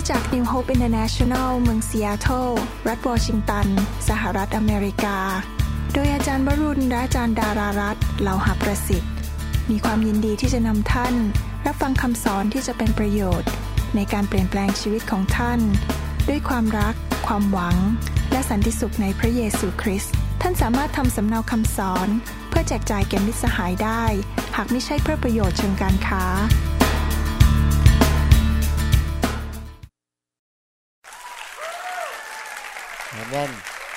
จาก New Hope International เมืองซีแอตเทิลรัฐวอชิงตันสหรัฐอเมริกาโดยอาจารย์วรุณและอาจารย์ดารารัตน์เหล่าหประสิทธิ์มีความยินดีที่จะนำท่านรับฟังคำสอนที่จะเป็นประโยชน์ในการเปลี่ยนแปลงชีวิตของท่านด้วยความรักความหวังและสันติสุขในพระเยซูคริสต์ท่านสามารถทำสำเนาคำสอนเพื่อแจกจ่ายแก่มิตรสหายได้หากไม่ใช่เพื่อประโยชน์เชิงการค้าอาเมน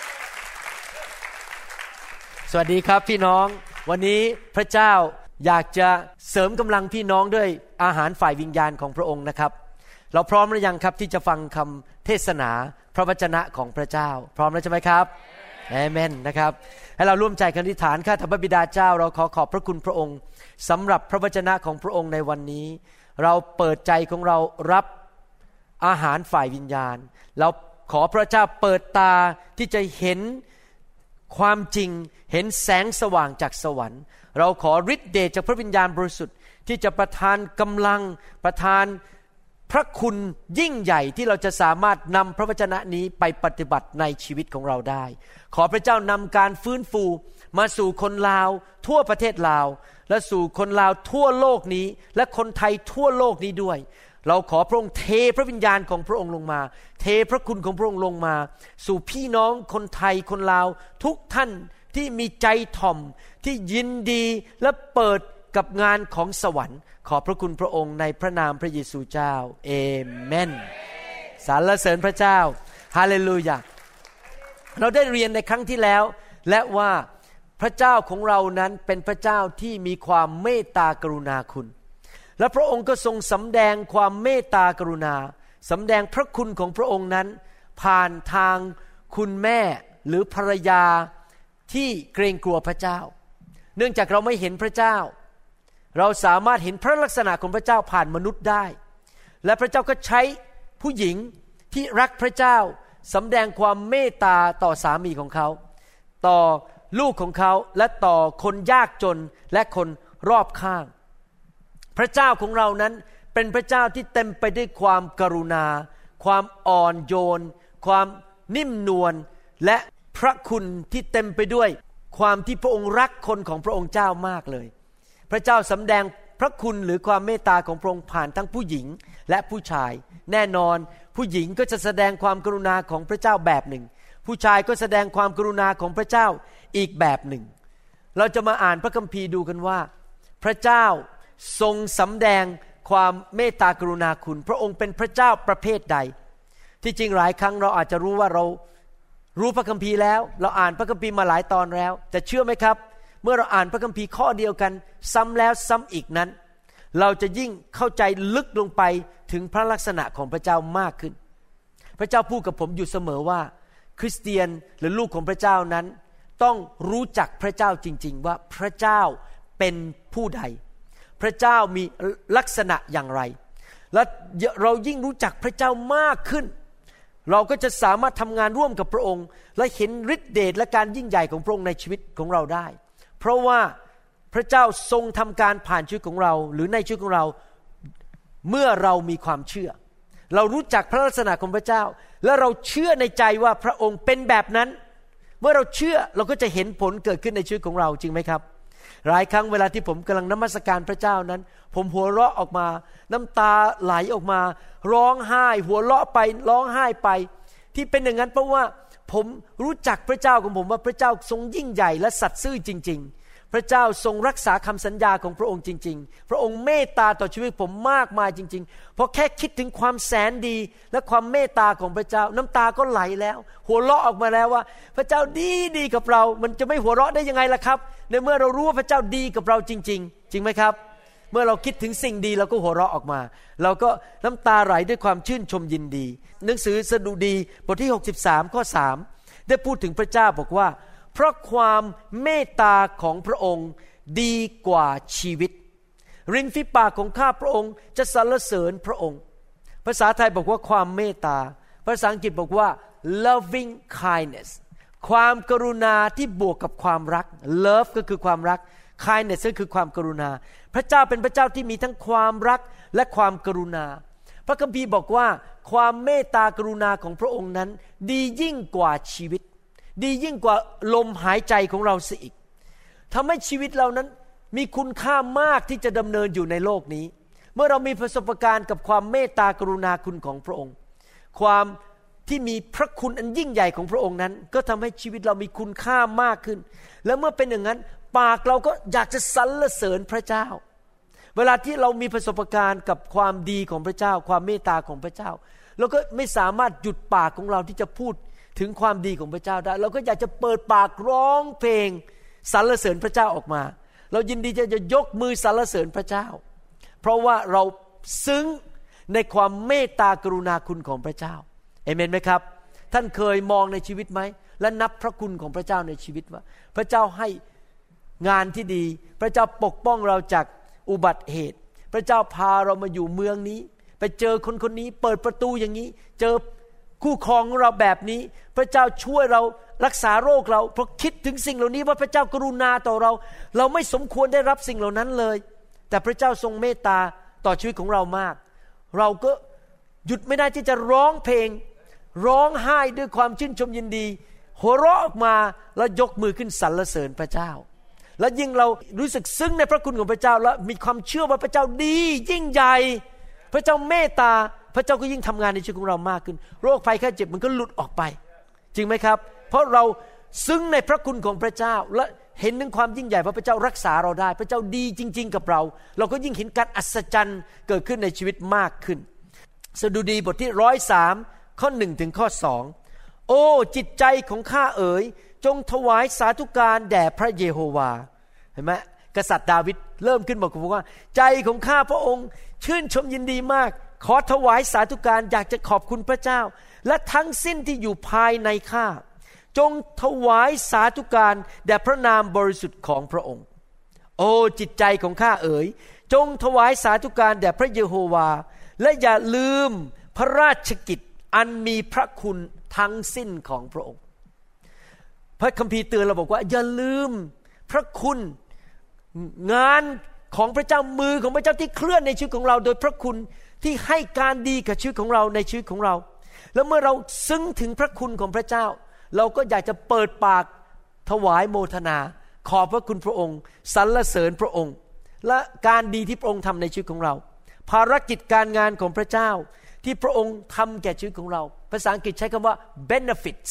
สวัสดีครับพี่น้องวันนี้พระเจ้าอยากจะเสริมกำลังพี่น้องด้วยอาหารฝ่ายวิญญาณของพระองค์นะครับเราพร้อมหรือยังครับที่จะฟังคำเทศนาพระวจนะของพระเจ้าพร้อมแล้วใช่ไหมครับอาเมนนะครับให้เราร่วมใจกันอธิษฐานข้าแต่พระบิดาเจ้าเราขอบพระคุณพระองค์สำหรับพระวจนะของพระองค์ในวันนี้เราเปิดใจของเรารับอาหารฝ่ายวิญญาณเราขอพระเจ้าเปิดตาที่จะเห็นความจริงเห็นแสงสว่างจากสวรรค์เราขอฤทธิ์เดชจากพระวิญญาณบริสุทธิ์ที่จะประทานกำลังประทานพระคุณยิ่งใหญ่ที่เราจะสามารถนำพระวจนะนี้ไปปฏิบัติในชีวิตของเราได้ขอพระเจ้านำการฟื้นฟูมาสู่คนลาวทั่วประเทศลาวและสู่คนลาวทั่วโลกนี้และคนไทยทั่วโลกนี้ด้วยเราขอพระองค์เทพระวิญญาณของพระองค์ลงมาเทพระคุณของพระองค์ลงมาสู่พี่น้องคนไทยคนลาวทุกท่านที่มีใจถ่อมที่ยินดีและเปิดกับงานของสวรรค์ขอบพระคุณพระองค์ในพระนามพระเยซูเจ้าเอเมนสรรเสริญพระเจ้าฮาเลลูยาเราได้เรียนในครั้งที่แล้วและว่าพระเจ้าของเรานั้นเป็นพระเจ้าที่มีความเมตตากรุณาคุณและพระองค์ก็ทรงสำแดงความเมตตากรุณาสำแดงพระคุณของพระองค์นั้นผ่านทางคุณแม่หรือภรรยาที่เกรงกลัวพระเจ้าเนื่องจากเราไม่เห็นพระเจ้าเราสามารถเห็นพระลักษณะของพระเจ้าผ่านมนุษย์ได้และพระเจ้าก็ใช้ผู้หญิงที่รักพระเจ้าสำแดงความเมตตาต่อสามีของเขาต่อลูกของเขาและต่อคนยากจนและคนรอบข้างพระเจ้าของเรานั้นเป็นพระเจ้าที่เต็มไปด้วยความกรุณาความอ่อนโยนความนิ่มนวลและพระคุณที่เต็มไปด้วยความที่พระองค์รักคนของพระองค์เจ้ามากเลยพระเจ้าสำแดงพระคุณหรือความเมตตาของพระองค์ผ่านทั้งผู้หญิงและผู้ชายแน่นอนผู้หญิงก็จะแสดงความกรุณาของพระเจ้าแบบหนึ่งผู้ชายก็แสดงความกรุณาของพระเจ้าอีกแบบหนึ่งเราจะมาอ่านพระคัมภีร์ดูกันว่าพระเจ้าทรงสำแดงความเมตตากรุณาคุณพระองค์เป็นพระเจ้าประเภทใดที่จริงหลายครั้งเราอาจจะรู้ว่าเรารู้พระคัมภีร์แล้วเราอ่านพระคัมภีร์มาหลายตอนแล้วแต่เชื่อไหมครับเมื่อเราอ่านพระคัมภีร์ข้อเดียวกันซ้ำแล้วซ้ำอีกนั้นเราจะยิ่งเข้าใจลึกลงไปถึงพระลักษณะของพระเจ้ามากขึ้นพระเจ้าพูดกับผมอยู่เสมอว่าคริสเตียนหรือลูกของพระเจ้านั้นต้องรู้จักพระเจ้าจริงๆว่าพระเจ้าเป็นผู้ใดพระเจ้ามีลักษณะอย่างไรและเรายิ่งรู้จักพระเจ้ามากขึ้นเราก็จะสามารถทำงานร่วมกับพระองค์และเห็นฤทธิเดชและการยิ่งใหญ่ของพระองค์ในชีวิตของเราได้เพราะว่าพระเจ้าทรงทำการผ่านชีวิตของเราหรือในชีวิตของเราเมื่อเรามีความเชื่อเรารู้จักพระลักษณะของพระเจ้าและเราเชื่อในใจว่าพระองค์เป็นแบบนั้นเมื่อเราเชื่อเราก็จะเห็นผลเกิดขึ้นในชีวิตของเราจริงไหมครับหลายครั้งเวลาที่ผมกำลังนมัสการพระเจ้านั้นผมหัวเราะออกมาน้ำตาไหลออกมาร้องไห้หัวเราะไปร้องไห้ไปที่เป็นอย่างนั้นเพราะว่าผมรู้จักพระเจ้าของผมว่าพระเจ้าทรงยิ่งใหญ่และสัตย์ซื่อจริงๆพระเจ้าทรงรักษาคำสัญญาของพระองค์จริงๆพระองค์เมตตาต่อชีวิตผมมากมายจริงๆเพราะแค่คิดถึงความแสนดีและความเมตตาของพระเจ้าน้ำตาก็ไหลแล้วหัวเราะออกมาแล้วว่าพระเจ้าดีกับเรามันจะไม่หัวเราะได้ยังไงล่ะครับในเมื่อเรารู้ว่าพระเจ้าดีกับเราจริงๆจริงไหมครับเมื่อเราคิดถึงสิ่งดีเราก็หัวเราะออกมาเราก็น้ำตาไหลด้วยความชื่นชมยินดีหนังสือสดุดีบทที่63ข้อ3ได้พูดถึงพระเจ้าบอกว่าเพราะความเมตตาของพระองค์ดีกว่าชีวิตริมฝีปากของข้าพระองค์จะสรรเสริญพระองค์ภาษาไทยบอกว่าความเมตตาภาษาอังกฤษบอกว่า loving kindness ความกรุณาที่บวกกับความรัก love ก็คือความรัก kindness ก็คือความกรุณาพระเจ้าเป็นพระเจ้าที่มีทั้งความรักและความกรุณาพระคัมภีร์บอกว่าความเมตตากรุณาของพระองค์นั้นดียิ่งกว่าชีวิตดียิ่งกว่าลมหายใจของเราเสียอีกทำให้ชีวิตเรานั้นมีคุณค่ามากที่จะดำเนินอยู่ในโลกนี้เมื่อเรามีประสบการณ์กับความเมตตากรุณาคุณของพระองค์ความที่มีพระคุณอันยิ่งใหญ่ของพระองค์นั้นก็ทำให้ชีวิตเรามีคุณค่ามากขึ้นและเมื่อเป็นอย่างนั้นปากเราก็อยากจะสรรเสริญพระเจ้าเวลาที่เรามีประสบการณ์กับความดีของพระเจ้าความเมตตาของพระเจ้าเราก็ไม่สามารถหยุดปากของเราที่จะพูดถึงความดีของพระเจ้าได้เราก็อยากจะเปิดปากร้องเพลงสรรเสริญพระเจ้าออกมาเรายินดีจะยกมือสรรเสริญพระเจ้าเพราะว่าเราซึ้งในความเมตตากรุณาคุณของพระเจ้าเอเมนไหมครับท่านเคยมองในชีวิตไหมและนับพระคุณของพระเจ้าในชีวิตว่าพระเจ้าให้งานที่ดีพระเจ้าปกป้องเราจากอุบัติเหตุพระเจ้าพาเรามาอยู่เมืองนี้ไปเจอคนคนนี้เปิดประตูอย่างนี้เจอคู่ครองของเราแบบนี้พระเจ้าช่วยเรารักษาโรคเราเพราะคิดถึงสิ่งเหล่านี้ว่าพระเจ้ากรุณาต่อเราเราไม่สมควรได้รับสิ่งเหล่านั้นเลยแต่พระเจ้าทรงเมตตาต่อชีวิตของเรามากเราก็หยุดไม่ได้ที่จะร้องเพลงร้องไห้ด้วยความชื่นชมยินดีหัวเราะออกมาแล้วยกมือขึ้นสรรเสริญพระเจ้าและยิ่งเรารู้สึกซึ้งในพระคุณของพระเจ้าและมีความเชื่อว่าพระเจ้าดียิ่งใหญ่พระเจ้าเมตตาพระเจ้าก็ยิ่งทำงานในชีวิตของเรามากขึ้นโรคภัยไข้เจ็บมันก็หลุดออกไปจริงไหมครับเพราะเราซึ้งในพระคุณของพระเจ้าและเห็นถึงความยิ่งใหญ่ว่าพระเจ้ารักษาเราได้พระเจ้าดีจริงๆกับเราเราก็ยิ่งเห็นการอัศจรรย์เกิดขึ้นในชีวิตมากขึ้นสดุดีบทที่103ข้อ1ถึงข้อ2โอ้จิตใจของข้าเอ๋ยจงถวายสาธุการแด่พระเยโฮวาเห็นไหมกษัตริย์ดาวิดเริ่มขึ้นบอกว่าใจของข้าพระองค์ชื่นชมยินดีมากขอถวายสาธุการอยากจะขอบคุณพระเจ้าและทั้งสิ้นที่อยู่ภายในข้าจงถวายสาธุการแด่พระนามบริสุทธิ์ของพระองค์โอ้จิตใจของข้าเอ๋ยจงถวายสาธุการแด่พระเยโฮวาและอย่าลืมพระราชกิจอันมีพระคุณทั้งสิ้นของพระองค์พระคัมภีร์เตือนเราบอกว่าอย่าลืมพระคุณงานของพระเจ้ามือของพระเจ้าที่เคลื่อนในชีวิตของเราโดยพระคุณที่ให้การดีกับชีวิตของเราในชีวิตของเราแล้วเมื่อเราซึ้งถึงพระคุณของพระเจ้าเราก็อยากจะเปิดปากถวายโมทนาขอบพระคุณพระองค์สรรเสริญพระองค์และการดีที่พระองค์ทำในชีวิตของเราภารกิจการงานของพระเจ้าที่พระองค์ทำแก่ชีวิตของเราภาษาอังกฤษใช้คำว่า benefits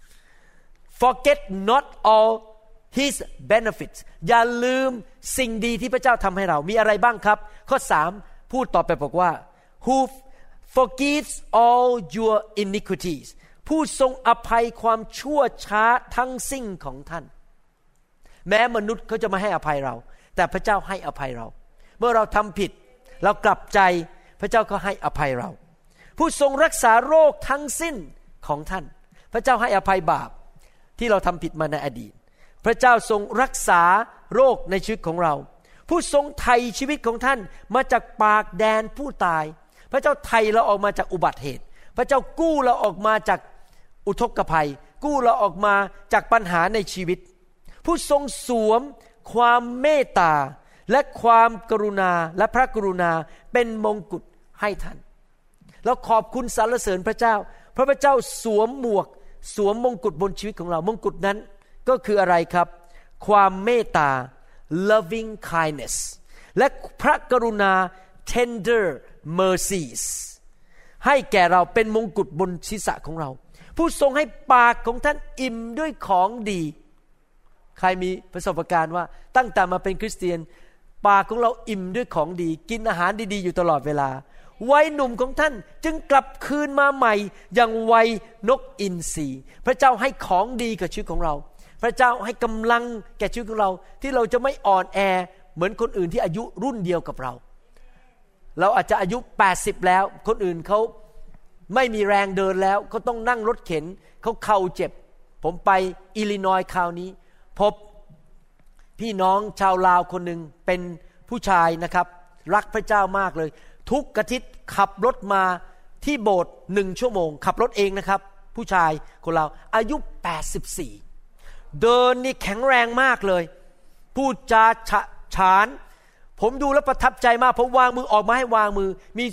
forget not all his benefits อย่าลืมสิ่งดีที่พระเจ้าทำให้เรามีอะไรบ้างครับข้อ3พูดต่อไปบอกว่า who forgives all your iniquities ผู้ทรงอภัยความชั่วช้าทั้งสิ้นของท่านแม้มนุษย์เขาจะไม่ให้อภัยเราแต่พระเจ้าให้อภัยเราเมื่อเราทำผิดเรากลับใจพระเจ้าก็ให้อภัยเราผู้ทรงรักษาโรคทั้งสิ้นของท่านพระเจ้าให้อภัยบาปที่เราทำผิดมาในอดีตพระเจ้าทรงรักษาโรคในชีวิตของเราผู้ทรงไถ่ชีวิตของท่านมาจากปากแดนผู้ตายพระเจ้าไถ่เราออกมาจากอุบัติเหตุพระเจ้ากู้เราออกมาจากอุทกภัยกู้เราออกมาจากปัญหาในชีวิตผู้ทรงสวมความเมตตาและความกรุณาและพระกรุณาเป็นมงกุฎให้ท่านเราขอบคุณสรรเสริญพระเจ้าเพราะพระเจ้าสวมหมวกสวมมงกุฎบนชีวิตของเรามงกุฎนั้นก็คืออะไรครับความเมตตา loving kindness และพระกรุณา tender mercies ให้แก่เราเป็นมงกุฎบนศีรษะของเราผู้ทรงให้ปากของท่านอิ่มด้วยของดีใครมีประสบการณ์ว่าตั้งแต่มาเป็นคริสเตียนปากของเราอิ่มด้วยของดีกินอาหารดีๆอยู่ตลอดเวลาวัยหนุ่มของท่านจึงกลับคืนมาใหม่อย่างวัยนกอินทรีพระเจ้าให้ของดีกับชีวิตของเราพระเจ้าให้กำลังแก่ชีวิตของเราที่เราจะไม่อ่อนแอเหมือนคนอื่นที่อายุรุ่นเดียวกับเราอาจจะอายุ80แล้วคนอื่นเขาไม่มีแรงเดินแล้วเขาต้องนั่งรถเข็นเขาเข่าเจ็บผมไปอิลลินอยส์คราวนี้พบพี่น้องชาวลาวคนหนึ่งเป็นผู้ชายนะครับรักพระเจ้ามากเลยทุกอาทิตย์ขับรถมาที่โบสถ์1 ชั่วโมงขับรถเองนะครับผู้ชายคนลาวอายุ84เดินนี่แข็งแรงมากเลยพูดจาฉะฉานผมดูแล้วประทับใจมากผมวางมือออกมาให้วางมือมี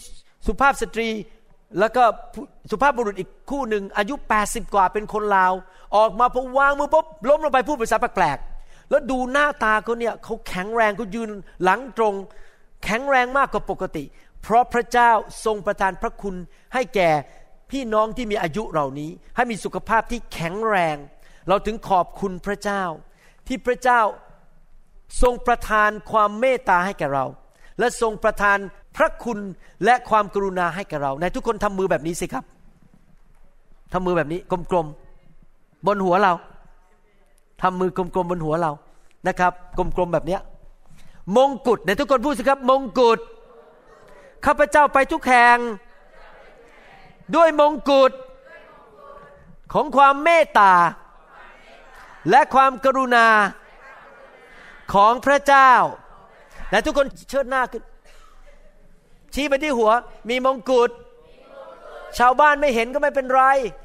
สุภาพสตรีแล้วก็สุภาพบุรุษอีกคู่หนึ่งอายุ80กว่าเป็นคนลาวออกมาพอวางมือปุ๊บล้มลงไปพูดภาษาแปลกๆแล้วดูหน้าตาเขาเนี่ยเขาแข็งแรงเขายืนหลังตรงแข็งแรงมากกว่าปกติเพราะพระเจ้าทรงประทานพระคุณให้แก่พี่น้องที่มีอายุเหล่านี้ให้มีสุขภาพที่แข็งแรงเราถึงขอบคุณพระเจ้าที่พระเจ้าทรงประทานความเมตตาให้แก่เราและทรงประทานพระคุณและความกรุณาให้แก่เราในทุกคนทำมือแบบนี้สิครับทำมือแบบนี้กลมๆบนหัวเราทำมือกลมๆบนหัวเรานะครับกลมๆแบบนี้มงกุฎในทุกคนพูดสิครับมงกุฎข้าพเจ้าไปทุกแห่งด้วยมงกุฎของความเมตตาและความกรุณาของพระเจ้าและทุกคนเชิดหน้าขึ้นชี้ไปที่หัวมีมงกุฎชาวบ้านไม่เห็นก็ไม่เป็นไร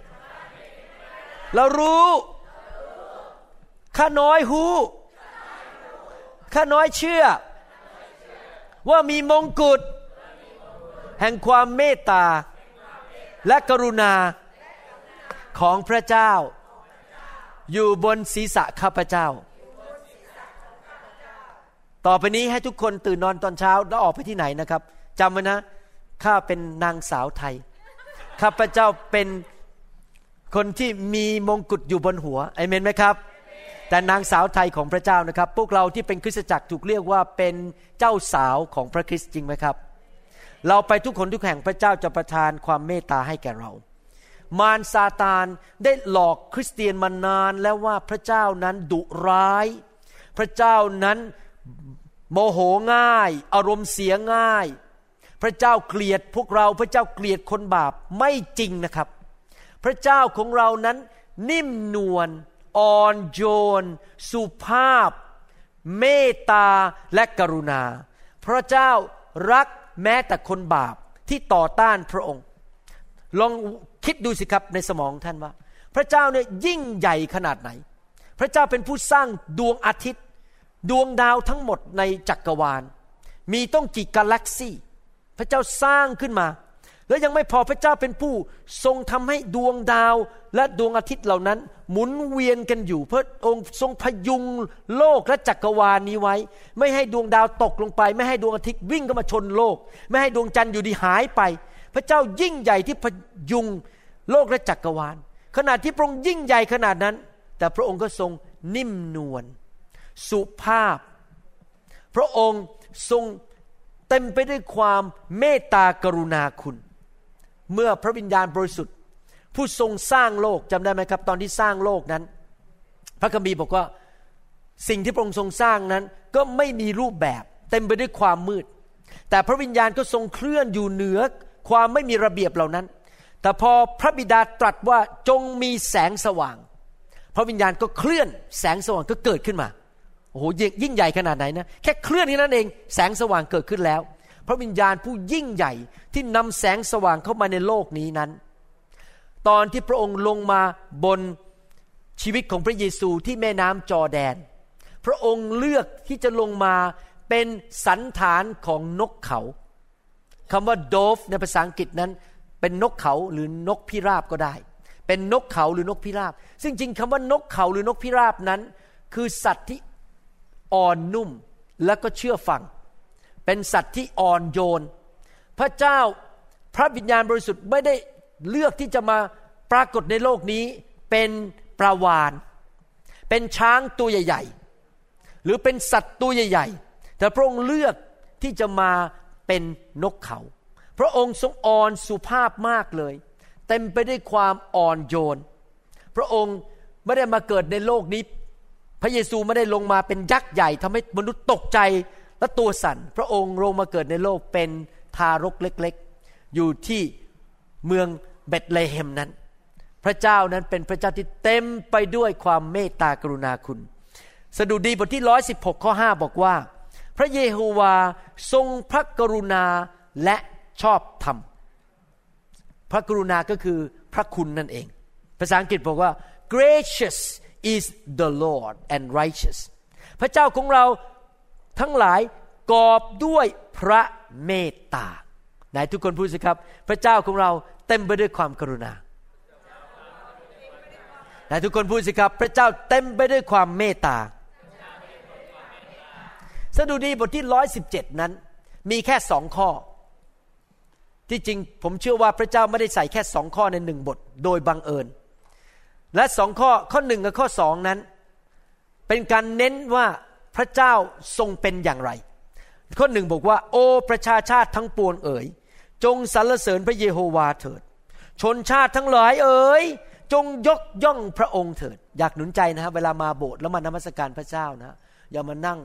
เรารู้ข้าน้อยฮู้ข้าน้อยเชื่อว่ามีมงกุฎแห่งความเมตตาและกรุณาของพระเจ้าอยู่บนศีรษะข้าพเจ้าต่อไปนี้ให้ทุกคนตื่นนอนตอนเช้าแล้วออกไปที่ไหนนะครับจำไว้นะข้าเป็นนางสาวไทยข้าพเจ้าเป็นคนที่มีมงกุฎอยู่บนหัวอาเมนไหมครับแต่นางสาวไทยของพระเจ้านะครับพวกเราที่เป็นคริสตจักรถูกเรียกว่าเป็นเจ้าสาวของพระคริสต์จริงไหมครับเราไปทุกคนทุกแห่งพระเจ้าจะประทานความเมตตาให้แก่เรามารซาตานได้หลอกคริสเตียนมานานแล้วว่าพระเจ้านั้นดุร้ายพระเจ้านั้นโมโหง่ายอารมณ์เสียง่ายพระเจ้าเกลียดพวกเราพระเจ้าเกลียดคนบาปไม่จริงนะครับพระเจ้าของเรานั้นนิ่มนวลอ่อนโยนสุภาพเมตตาและกรุณาพระเจ้ารักแม้แต่คนบาปที่ต่อต้านพระองค์ลองคิดดูสิครับในสมองท่านว่าพระเจ้าเนี่ยยิ่งใหญ่ขนาดไหนพระเจ้าเป็นผู้สร้างดวงอาทิตย์ดวงดาวทั้งหมดในจักรวาลมีต้องกี่กาแล็กซี่พระเจ้าสร้างขึ้นมาแล้วยังไม่พอพระเจ้าเป็นผู้ทรงทำให้ดวงดาวและดวงอาทิตย์เหล่านั้นหมุนเวียนกันอยู่พระองค์ทรงพยุงโลกและจักรวาลนี้ไว้ไม่ให้ดวงดาวตกลงไปไม่ให้ดวงอาทิตย์วิ่งเข้ามาชนโลกไม่ให้ดวงจันทร์อยู่ดีหายไปพระเจ้ายิ่งใหญ่ที่พยุงโลกและจักรวาลขนาดที่พระองค์ยิ่งใหญ่ขนาดนั้นแต่พระองค์ก็ทรงนิ่มนวลสุภาพพระองค์ทรงเต็มไปด้วยความเมตตากรุณาคุณเมื่อพระวิญญาณบริสุทธิ์ผู้ทรงสร้างโลกจำได้ไหมครับตอนที่สร้างโลกนั้นพระคัมภีร์บอกว่าสิ่งที่พระองค์ทรงสร้างนั้นก็ไม่มีรูปแบบเต็มไปด้วยความมืดแต่พระวิญญาณก็ทรงเคลื่อนอยู่เหนือความไม่มีระเบียบเหล่านั้นแต่พอพระบิดาตรัสว่าจงมีแสงสว่างพระวิญญาณก็เคลื่อนแสงสว่างก็เกิดขึ้นมาโอ้โหยิ่งใหญ่ขนาดไหนนะแค่เคลื่อนนี้นั่นเองแสงสว่างเกิดขึ้นแล้วพระวิญญาณผู้ยิ่งใหญ่ที่นำแสงสว่างเข้ามาในโลกนี้นั้นตอนที่พระองค์ลงมาบนชีวิตของพระเยซูที่แม่น้ำจอร์แดนพระองค์เลือกที่จะลงมาเป็นสันฐานของนกเขาคำว่า dove ในภาษาอังกฤษนั้นเป็นนกเขาหรือนกพิราบก็ได้เป็นนกเขาหรือนกพิราบซึ่งจริงคำว่านกเขาหรือนกพิราบนั้นคือสัตว์ที่อ่อนนุ่มและก็เชื่อฟังเป็นสัตว์ที่อ่อนโยนพระเจ้าพระวิญญาณบริสุทธิ์ไม่ได้เลือกที่จะมาปรากฏในโลกนี้เป็นปลาวาฬเป็นช้างตัวใหญ่ๆหรือเป็นสัตว์ตัวใหญ่ๆแต่พระองค์เลือกที่จะมาเป็นนกเขาพระองค์ทรงอ่อนสุภาพมากเลยเต็มไปด้วยความอ่อนโยนพระองค์ไม่ได้มาเกิดในโลกนี้พระเยซูไม่ได้ลงมาเป็นยักษ์ใหญ่ทำให้มนุษย์ตกใจและตัวสั่นพระองค์ลงมาเกิดในโลกเป็นทารกเล็กๆอยู่ที่เมืองเบธเลเฮมนั้นพระเจ้านั้นเป็นพระเจ้าที่เต็มไปด้วยความเมตตากรุณาคุณสดุดีบทที่116ข้อ5บอกว่าพระเยโฮวาทรงพระกรุณาและชอบธรรมพระกรุณาก็คือพระคุณนั่นเองภาษาอังกฤษบอกว่า gracious is the Lord and righteous พระเจ้าของเราทั้งหลายกอบด้วยพระเมตตาไหนทุกคนพูดสิครับพระเจ้าของเราเต็มไปด้วยความกรุณาไหนทุกคนพูดสิครับพระเจ้าเต็มไปด้วยความเมตตาสดุดีบทที่117นั้นมีแค่2ข้อที่จริงผมเชื่อว่าพระเจ้าไม่ได้ใส่แค่2ข้อใน1บทโดยบังเอิญและ2ข้อ1กับข้อ2นั้นเป็นการเน้นว่าพระเจ้าทรงเป็นอย่างไรข้อ1บอกว่าโอ้ประชาชาติทั้งปวงเอ๋ยจงสรรเสริญพระเยโฮวาเถิดชนชาติทั้งหลายเอ๋ยจงยกย่องพระองค์เถิดอยากหนุนใจนะครับเวลามาโบสถ์แล้วมานมัสการพระเจ้านะอย่ามานั่ง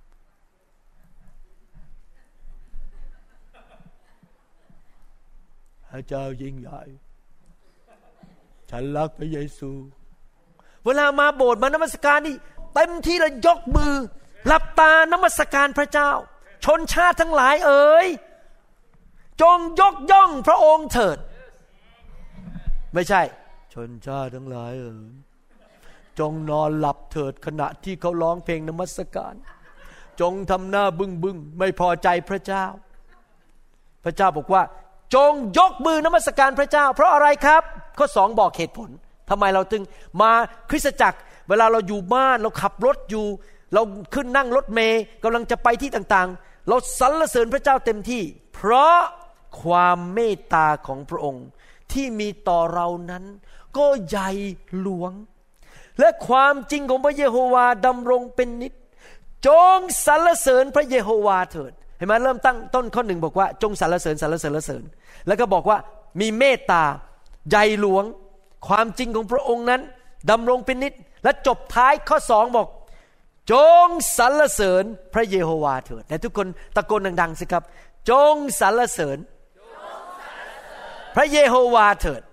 พระเจ้ายิ่งใหญ่ฉันรักพระเยซูเวลามาโบสถ์มานมัสการนี่เต็มที่แล้วยกมือหลับตานมัสการพระเจ้าชนชาติทั้งหลายเอ๋ยจงยกย่องพระองค์เถิดไม่ใช่ชนชาติทั้งหลายเอ๋ยจงนอนหลับเถิดขณะที่เขาร้องเพลงนมัสการจงทำหน้าบึ้งไม่พอใจพระเจ้าพระเจ้าบอกว่าจงยกมือนมัสการพระเจ้าเพราะอะไรครับข้อ2บอกเหตุผลทำไมเราถึงมาคริสตจักรเวลาเราอยู่บ้านเราขับรถอยู่เราขึ้นนั่งรถเมล์กำลังจะไปที่ต่างๆเราสรรเสริญพระเจ้าเต็มที่เพราะความเมตตาของพระองค์ที่มีต่อเรานั้นก็ใหญ่หลวงและความจริงของพระเยโฮวาดำรงเป็นนิจจงสรรเสริญพระเยโฮวาเถิดเห็นไหมเริ่มตั้งต้นข้อ1บอกว่าจงสรรเสริญแล้วก็บอกว่ามีเมตตาใหญ่หลวงความจริงของพระองค์นั้นดำรงเป็นนิจและจบท้ายข้อ2บอกจงสรรเสริญพระเยโฮวาเถิดแต่ทุกคนตะโกนดังๆสิครับจงสรรเสริญพระเยโฮวาเถิด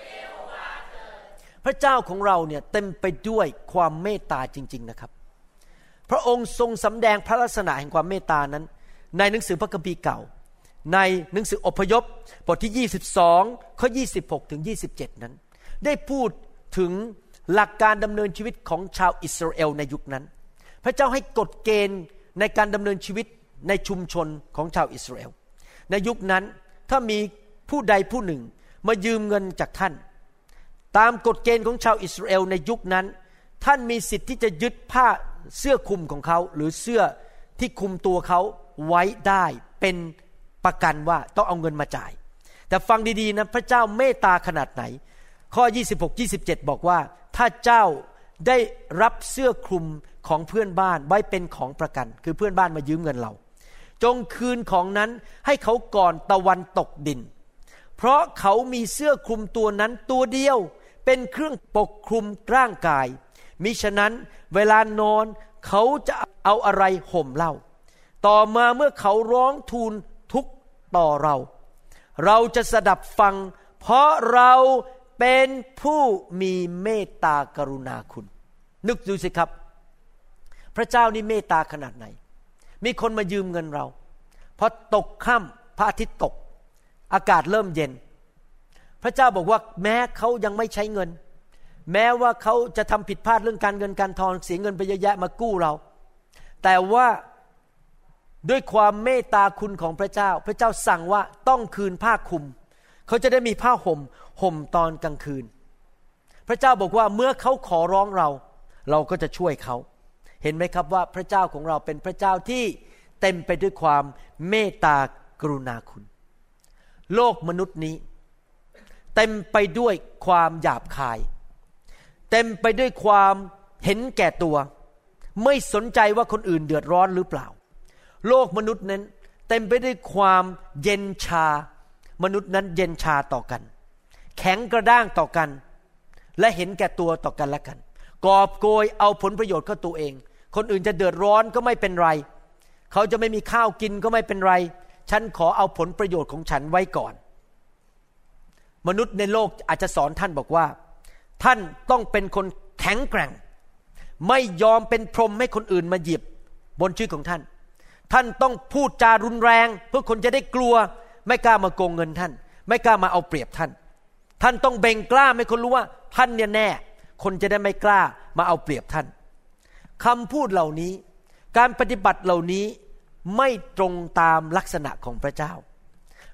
พระเจ้าของเราเนี่ยเต็มไปด้วยความเมตตาจริงๆนะครับพระองค์ทรงสำแดงพระลักษณะแห่งความเมตตานั้นในหนังสือพระคัมภีร์เก่าในหนังสืออพยพบทที่22ข้อ26ถึง27นั้นได้พูดถึงหลักการดำเนินชีวิตของชาวอิสราเอลในยุคนั้นพระเจ้าให้กฎเกณฑ์ในการดำเนินชีวิตในชุมชนของชาวอิสราเอลในยุคนั้นถ้ามีผู้ใดผู้หนึ่งมายืมเงินจากท่านตามกฎเกณฑ์ของชาวอิสราเอลในยุคนั้นท่านมีสิทธิ์ที่จะยึดผ้าเสื้อคลุมของเขาหรือเสื้อที่คลุมตัวเขาไว้ได้เป็นประกันว่าต้องเอาเงินมาจ่ายแต่ฟังดีๆนะพระเจ้าเมตตาขนาดไหนข้อ26-27บอกว่าถ้าเจ้าได้รับเสื้อคลุมของเพื่อนบ้านไว้เป็นของประกันคือเพื่อนบ้านมายืมเงินเราจงคืนของนั้นให้เขาก่อนตะวันตกดินเพราะเขามีเสื้อคลุมตัวนั้นตัวเดียวเป็นเครื่องปกคลุมร่างกายมิฉะนั้นเวลานอนเขาจะเอาอะไรห่มเล่าต่อมาเมื่อเขาร้องทูลทุกข์ต่อเราจะสดับฟังเพราะเราเป็นผู้มีเมตตากรุณาคุณนึกดูสิครับพระเจ้านี่เมตตาขนาดไหนมีคนมายืมเงินเราพอตกค่ำพระอาทิตย์ตกอากาศเริ่มเย็นพระเจ้าบอกว่าแม้เขายังไม่ใช้เงินแม้ว่าเขาจะทำผิดพลาดเรื่องการเงินการทองเสียเงินไปเยอะแยะมากู้เราแต่ว่าด้วยความเมตตาคุณของพระเจ้าพระเจ้าสั่งว่าต้องคืนผ้าคลุมเขาจะได้มีผ้าห่มตอนกลางคืนพระเจ้าบอกว่าเมื่อเขาขอร้องเราก็จะช่วยเขาเห็นไหมครับว่าพระเจ้าของเราเป็นพระเจ้าที่เต็มไปด้วยความเมตตากรุณาคุณโลกมนุษย์นี้เต็มไปด้วยความหยาบคายเต็มไปด้วยความเห็นแก่ตัวไม่สนใจว่าคนอื่นเดือดร้อนหรือเปล่าโลกมนุษย์นั้นเต็มไปด้วยความเย็นชามนุษย์นั้นเย็นชาต่อกันแข็งกระด้างต่อกันและเห็นแก่ตัวต่อกันและกันกอบโกยเอาผลประโยชน์เข้าตัวเองคนอื่นจะเดือดร้อนก็ไม่เป็นไรเขาจะไม่มีข้าวกินก็ไม่เป็นไรฉันขอเอาผลประโยชน์ของฉันไว้ก่อนมนุษย์ในโลกอาจจะสอนท่านบอกว่าท่านต้องเป็นคนแข็งแกร่งไม่ยอมเป็นพรหมให้คนอื่นมาเหยียบบนชีวิตของท่านท่านต้องพูดจารุนแรงเพื่อคนจะได้กลัวไม่กล้ามาโกงเงินท่านไม่กล้ามาเอาเปรียบท่านท่านต้องเบ่งกล้าให้คนรู้ว่าท่านเนี่ยแน่คนจะได้ไม่กล้ามาเอาเปรียบท่านคำพูดเหล่านี้การปฏิบัติเหล่านี้ไม่ตรงตามลักษณะของพระเจ้า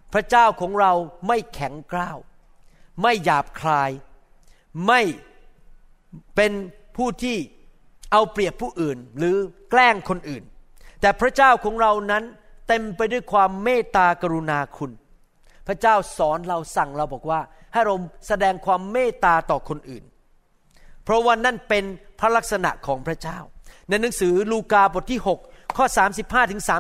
พระเจ้าของเราไม่แข็งกร้าวไม่หยาบคายไม่เป็นผู้ที่เอาเปรียบผู้อื่นหรือแกล้งคนอื่นแต่พระเจ้าของเรานั้นเต็มไปด้วยความเมตตากรุณาคุณพระเจ้าสอนเราสั่งเราบอกว่าให้เราแสดงความเมตตาต่อคนอื่นเพราะว่านั่นเป็นพระลักษณะของพระเจ้าในหนังสือลูกาบทที่6ข้อ35ถึง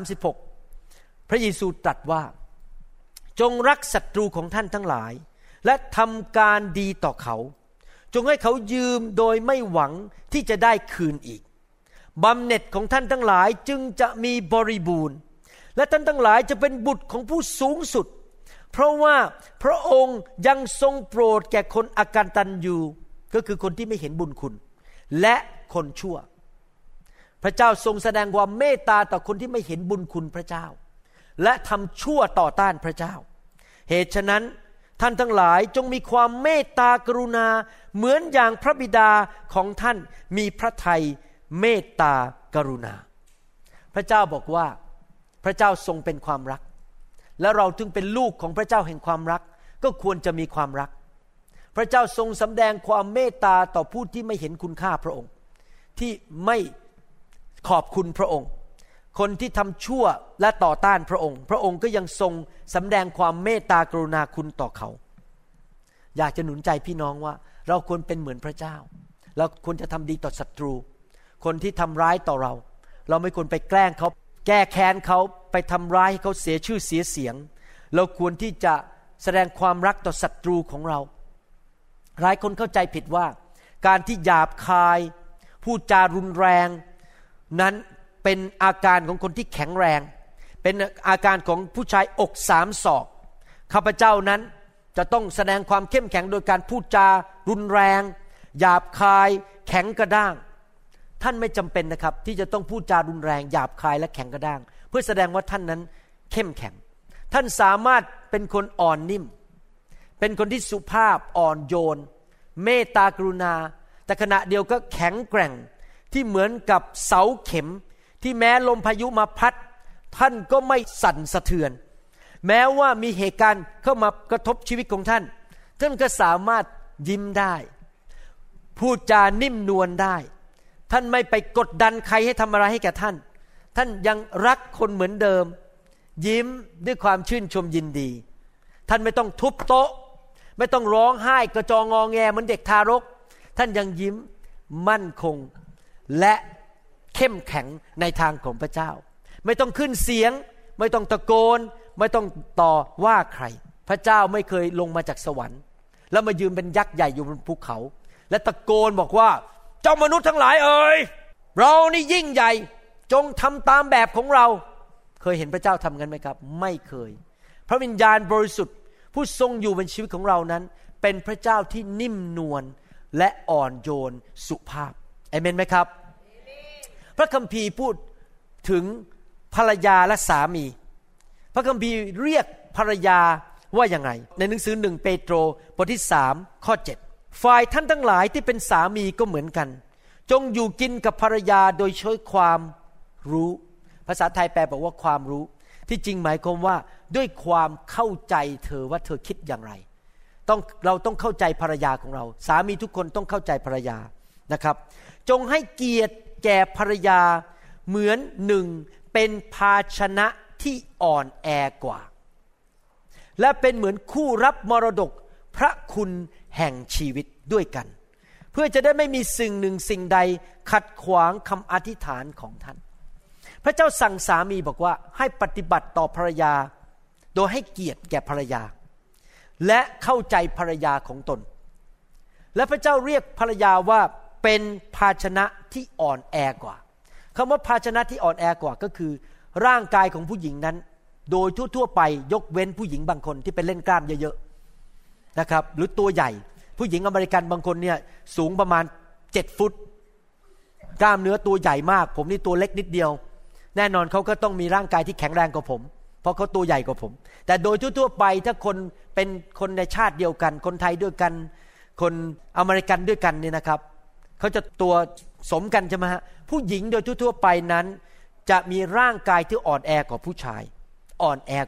36พระเยซูตรัสว่าจงรักศัตรูของท่านทั้งหลายและทำการดีต่อเขาจงให้เขายืมโดยไม่หวังที่จะได้คืนอีกบำเหน็จของท่านทั้งหลายจึงจะมีบริบูรณ์และท่านทั้งหลายจะเป็นบุตรของผู้สูงสุดเพราะว่าพระองค์ยังทรงโปรดแก่คนอกตัญญูก็คือคนที่ไม่เห็นบุญคุณและคนชั่วพระเจ้าทรงแสดงความเมตตาต่อคนที่ไม่เห็นบุญคุณพระเจ้าและทำชั่วต่อต้านพระเจ้าเหตุฉะนั้นท่านทั้งหลายจงมีความเมตตากรุณาเหมือนอย่างพระบิดาของท่านมีพระทัยเมตตากรุณาพระเจ้าบอกว่าพระเจ้าทรงเป็นความรักและเราถึงเป็นลูกของพระเจ้าแห่งความรักก็ควรจะมีความรักพระเจ้าทรงสำแดงความเมตตาต่อผู้ที่ไม่เห็นคุณค่าพระองค์ที่ไม่ขอบคุณพระองค์คนที่ทำชั่วและต่อต้านพระองค์พระองค์ก็ยังทรงสำแดงความเมตตากรุณาคุณต่อเขาอยากจะหนุนใจพี่น้องว่าเราควรเป็นเหมือนพระเจ้าเราควรจะทำดีต่อศัตรูคนที่ทำร้ายต่อเราเราไม่ควรไปแกล้งเขาแก้แค้นเขาไปทำร้ายให้เขาเสียชื่อเสียเสียงเราควรที่จะแสดงความรักต่อศัตรูของเราหลายคนเข้าใจผิดว่าการที่หยาบคายพูดจารุนแรงนั้นเป็นอาการของคนที่แข็งแรงเป็นอาการของผู้ชายอกสามศอกข้าพเจ้านั้นจะต้องแสดงความเข้มแข็งโดยการพูดจารุนแรงหยาบคายแข็งกระด้างท่านไม่จำเป็นนะครับที่จะต้องพูดจารุนแรงหยาบคายและแข็งกระด้างเพื่อแสดงว่าท่านนั้นเข้มแข็งท่านสามารถเป็นคนอ่อนนิ่มเป็นคนที่สุภาพอ่อนโยนเมตตากรุณาแต่ขณะเดียวก็แข็งแกร่งที่เหมือนกับเสาเข็มที่แม้ลมพายุมาพัดท่านก็ไม่สั่นสะเทือนแม้ว่ามีเหตุการณ์เข้ามากระทบชีวิตของท่านท่านก็สามารถยิ้มได้พูดจานิ่มนวลได้ท่านไม่ไปกดดันใครให้ทำอะไรให้แก่ท่านท่านยังรักคนเหมือนเดิมยิ้มด้วยความชื่นชมยินดีท่านไม่ต้องทุบโต๊ะไม่ต้องร้องไห้กระจองงอแงเหมือนเด็กทารกท่านยังยิ้มมั่นคงและเข้มแข็งในทางของพระเจ้าไม่ต้องขึ้นเสียงไม่ต้องตะโกนไม่ต้องต่อว่าใครพระเจ้าไม่เคยลงมาจากสวรรค์แล้วมายืนเป็นยักษ์ใหญ่อยู่บนภูเขาและตะโกนบอกว่าเจ้ามนุษย์ทั้งหลายเอ๋ยเรานี่ยิ่งใหญ่จงทำตามแบบของเราเคยเห็นพระเจ้าทำงั้นไหมครับไม่เคยพระวิญญาณบริสุทธิ์ผู้ทรงอยู่ในชีวิตของเรานั้นเป็นพระเจ้าที่นิ่มนวลและอ่อนโยนสุภาพอาเมนไหมครับพระคัมภีร์พูดถึงภรรยาและสามีพระคัมภีร์เรียกภรรยาว่าอย่างไรในหนังสือ1เปโตรบทที่3ข้อ7ฝ่ายท่านทั้งหลายที่เป็นสามีก็เหมือนกันจงอยู่กินกับภรรยาโดยใช้ความรู้ภาษาไทยแปลบอกว่าความรู้ที่จริงหมายความว่าด้วยความเข้าใจเธอว่าเธอคิดอย่างไรเราต้องเข้าใจภรรยาของเราสามีทุกคนต้องเข้าใจภรรยานะครับจงให้เกียรติแก่ภรรยาเหมือนหนึ่งเป็นภาชนะที่อ่อนแอกว่าและเป็นเหมือนคู่รับมรดกพระคุณแห่งชีวิตด้วยกันเพื่อจะได้ไม่มีสิ่งหนึ่งสิ่งใดขัดขวางคำอธิษฐานของท่านพระเจ้าสั่งสามีบอกว่าให้ปฏิบัติต่อภรรยาโดยให้เกียรติแก่ภรรยาและเข้าใจภรรยาของตนและพระเจ้าเรียกภรรยาว่าเป็นภาชนะที่อ่อนแอกว่าคำว่าภาชนะที่อ่อนแอกว่าก็คือร่างกายของผู้หญิงนั้นโดยทั่วๆไปยกเว้นผู้หญิงบางคนที่เป็นเล่นกล้ามเยอะๆนะครับหรือตัวใหญ่ผู้หญิงอเมริกันบางคนเนี่ยสูงประมาณ7ฟุตกล้ามเนื้อตัวใหญ่มากผมนี่ตัวเล็กนิดเดียวแน่นอนเขาก็ต้องมีร่างกายที่แข็งแรงกว่าผมเพราะเขาตัวใหญ่กว่าผมแต่โดยทั่วๆไปถ้าคนเป็นคนในชาติเดียวกันคนไทยด้วยกันคนอเมริกันด้วยกันเนี่ยนะครับเขาจะตัวสมกันใช่ไหมฮะผู้หญิงโดยทั่วๆไปนั้นจะมีร่างกายที่อ่อนแอกว่าผู้ชายอ่อนแอกว่า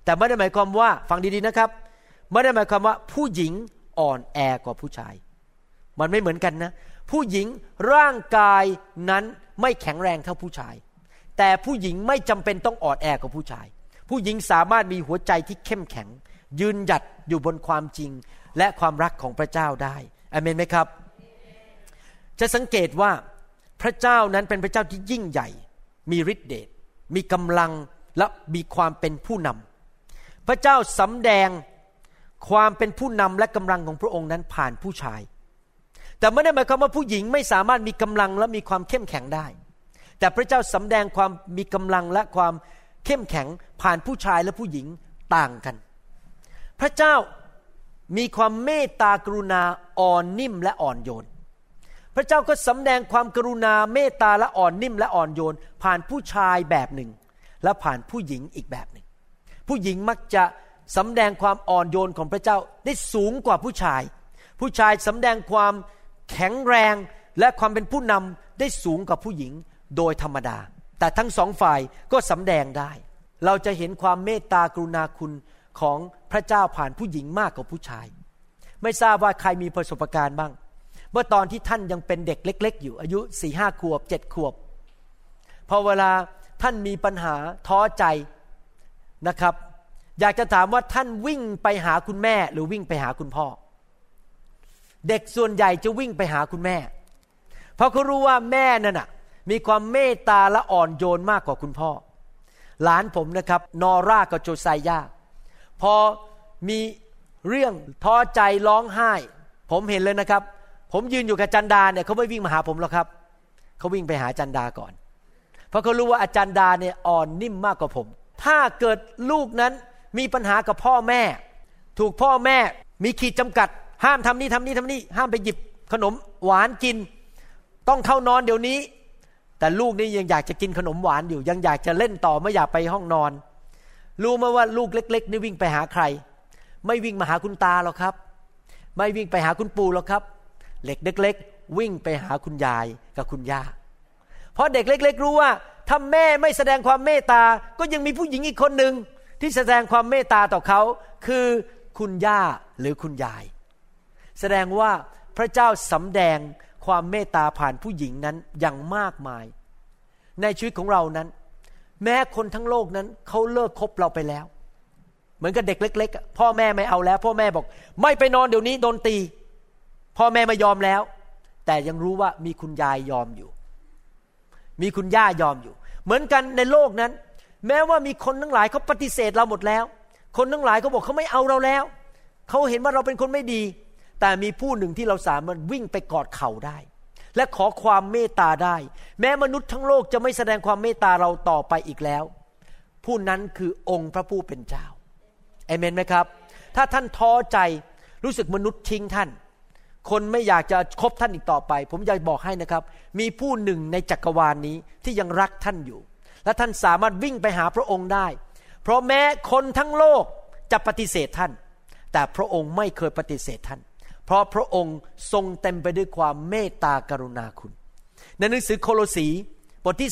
แต่ไม่ได้หมายความว่าฟังดีๆนะครับไม่ได้หมายความว่าผู้หญิงอ่อนแอกว่าผู้ชายมันไม่เหมือนกันนะผู้หญิงร่างกายนั้นไม่แข็งแรงเท่าผู้ชายแต่ผู้หญิงไม่จำเป็นต้องอ่อนแอกว่าผู้ชายผู้หญิงสามารถมีหัวใจที่เข้มแข็งยืนหยัดอยู่บนความจริงและความรักของพระเจ้าได้อาเมนไหมครับจะสังเกตว่าพระเจ้านั้นเป็นพระเจ้าที่ยิ่งใหญ่มีฤทธิ์เดชมีกำลังและมีความเป็นผู้นำพระเจ้าสำแดงความเป็นผู้นำและกำลังของพระองค์นั้นผ่านผู้ชายแต่ไม่ได้หมายความว่าผู้หญิงไม่สามารถมีกำลังและมีความเข้มแข็งได้แต่พระเจ้าสำแดงความมีกำลังและความเข้มแข็งผ่านผู้ชายและผู้หญิงต่างกันพระเจ้ามีความเมตตากรุณาอ่อนนิ่มและอ่อนโยนพระเจ้าก็สำแดงความกรุณาเมตตาและอ่อนนิ่มและอ่อนโยนผ่านผู้ชายแบบหนึ่งและผ่านผู้หญิงอีกแบบหนึ่งผู้หญิงมักจะสำแดงความอ่อนโยนของพระเจ้าได้สูงกว่าผู้ชายผู้ชายสำแดงความแข็งแรงและความเป็นผู้นำได้สูงกว่าผู้หญิงโดยธรรมดาแต่ทั้งสองฝ่ายก็สำแดงได้เราจะเห็นความเมตตากรุณาคุณของพระเจ้าผ่านผู้หญิงมากกว่าผู้ชายไม่ทราบว่าใครมีประสบการณ์บ้างเมื่อตอนที่ท่านยังเป็นเด็กเล็กๆอยู่อายุ 4-5 ขวบ 7 ขวบพอเวลาท่านมีปัญหาท้อใจนะครับอยากจะถามว่าท่านวิ่งไปหาคุณแม่หรือวิ่งไปหาคุณพ่อเด็กส่วนใหญ่จะวิ่งไปหาคุณแม่เพราะเขารู้ว่าแม่นั่นน่ะมีความเมตตาและอ่อนโยนมากกว่าคุณพ่อหลานผมนะครับนอร่ากับโจไซยาพอมีเรื่องท้อใจร้องไห้ผมเห็นเลยนะครับผมยืนอยู่กับจันดาเนี่ยเขาไม่วิ่งมาหาผมหรอกครับเขาวิ่งไปหาจันดาก่อนเพราะเขารู้ว่าอาจารย์ดาเนี่ยอ่อนนิ่มมากกว่าผมถ้าเกิดลูกนั้นมีปัญหากับพ่อแม่ถูกพ่อแม่มีขีดจำกัดห้ามทำนี่ทำนี่ทำนี่ห้ามไปหยิบขนมหวานกินต้องเข้านอนเดี๋ยวนี้แต่ลูกนี่ยังอยากจะกินขนมหวานอยู่ยังอยากจะเล่นต่อไม่อยากไปห้องนอนรู้ไหมว่าลูกเล็กๆนี่วิ่งไปหาใครไม่วิ่งมาหาคุณตาหรอกครับไม่วิ่งไปหาคุณปู่หรอกครับเด็กเล็กๆวิ่งไปหาคุณยายกับคุณย่าเพราะเด็กเล็กๆรู้ว่าถ้าแม่ไม่แสดงความเมตตาก็ยังมีผู้หญิงอีกคนนึงที่แสดงความเมตตาต่อเขาคือคุณย่าหรือคุณยายแสดงว่าพระเจ้าสำแดงความเมตตาผ่านผู้หญิงนั้นอย่างมากมายในชีวิตของเรานั้นแม้คนทั้งโลกนั้นเขาเลิกคบเราไปแล้วเหมือนกับเด็กเล็กๆพ่อแม่ไม่เอาแล้วพ่อแม่บอกไม่ไปนอนเดี๋ยวนี้โดนตีพ่อแม่ไม่ยอมแล้วแต่ยังรู้ว่ามีคุณยายยอมอยู่มีคุณย่ายอมอยู่เหมือนกันในโลกนั้นแม้ว่ามีคนทั้งหลายเขาปฏิเสธเราหมดแล้วคนทั้งหลายเขาบอกเขาไม่เอาเราแล้วเขาเห็นว่าเราเป็นคนไม่ดีแต่มีผู้หนึ่งที่เราสามารถวิ่งไปกอดเข่าได้และขอความเมตตาได้แม้มนุษย์ทั้งโลกจะไม่แสดงความเมตตาเราต่อไปอีกแล้วผู้นั้นคือองค์พระผู้เป็นเจ้าอาเมนไหมครับถ้าท่านท้อใจรู้สึกมนุษย์ทิ้งท่านคนไม่อยากจะคบท่านอีกต่อไปผมอยากบอกให้นะครับมีผู้หนึ่งในจักรวาลนี้ที่ยังรักท่านอยู่และท่านสามารถวิ่งไปหาพระองค์ได้เพราะแม้คนทั้งโลกจะปฏิเสธท่านแต่พระองค์ไม่เคยปฏิเสธท่านเพราะพระองค์ทรงเต็มไปด้วยความเมตตากรุณาคุณในหนังสือโคโลสีบทที่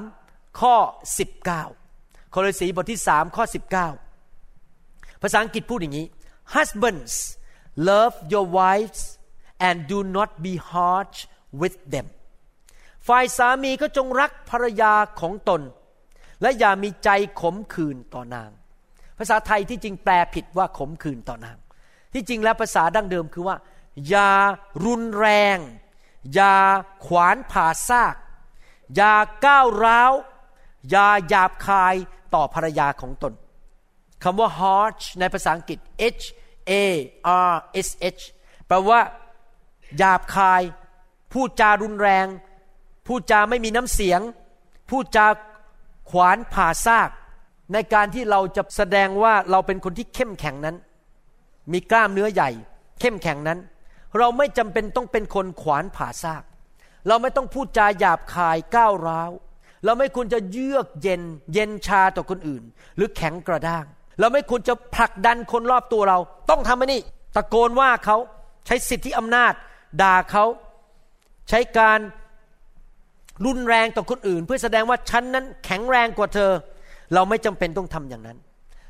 3ข้อ19โคโลสีบทที่3ข้อ19ภาษาอังกฤษพูดอย่างนี้ Husbands love your wives and do not be harsh with them ฝ่ายสามีก็จงรักภรรยาของตนและอย่ามีใจขมขื่นต่อนางภาษาไทยที่จริงแปลผิดว่าขมขื่นต่อนางที่จริงแล้วภาษาดั้งเดิมคือว่าอย่ารุนแรงอย่าขวานผ่าซากอย่าก้าวร้าวอย่าหยาบคายต่อภรรยาของตนคำว่า harsh ในภาษาอังกฤษ H A R S H แปลว่าหยาบคายพูดจารุนแรงพูดจาไม่มีน้ำเสียงพูดจาขวานผ่าซากในการที่เราจะแสดงว่าเราเป็นคนที่เข้มแข็งนั้นมีกล้ามเนื้อใหญ่เข้มแข็งนั้นเราไม่จำเป็นต้องเป็นคนขวานผ่าซากเราไม่ต้องพูดจาหยาบคายก้าวร้าวเราไม่ควรจะเยือกเย็นชาต่อคนอื่นหรือแข็งกระด้างเราไม่ควรจะผลักดันคนรอบตัวเราต้องทำอันนี้ตะโกนว่าเขาใช้สิทธิอำนาจด่าเขาใช้การรุนแรงต่อคนอื่นเพื่อแสดงว่าฉันนั้นแข็งแรงกว่าเธอเราไม่จำเป็นต้องทำอย่างนั้น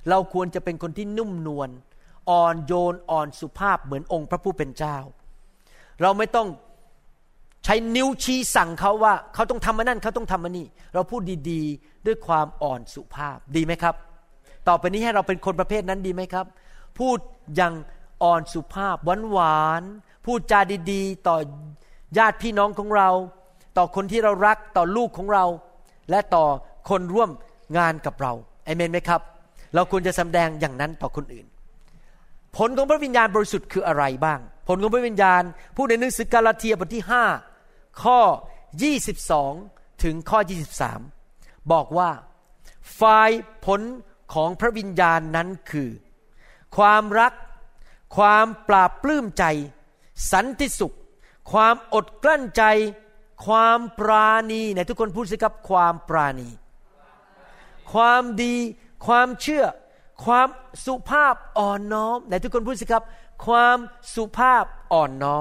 เราควรจะเป็นคนที่นุ่มนวลอ่อนโยนอ่อนสุภาพเหมือนองค์พระผู้เป็นเจ้าเราไม่ต้องใช้นิ้วชี้สั่งเขาว่าเขาต้องทำอันนั้นเขาต้องทำอันนี้เราพูดดีๆด้วยความอ่อนสุภาพดีไหมครับต่อไปนี้ให้เราเป็นคนประเภทนั้นดีไหมครับพูดอย่างอ่อนสุภาพหวานๆพูดจาดีๆต่อญาติพี่น้องของเราต่อคนที่เรารักต่อลูกของเราและต่อคนร่วมงานกับเราอาเมนไหมครับเราควรจะแสดงอย่างนั้นต่อคนอื่นผลของพระวิญญาณบริสุทธิ์คืออะไรบ้างผลของพระวิญญาณพูดในหนังสือกาลาเทียบทที่5ข้อ22ถึงข้อ23บอกว่าฝ่ายผลของพระวิญญาณนั้นคือความรักความปราบปลื้มใจสันติสุขความอดกลั้นใจความปราณีไหนทุกคนพูดสิครับความปราณีความดีความเชื่อความสุภาพอ่อนน้อมไหนทุกคนพูดสิครับความสุภาพอ่อนน้อม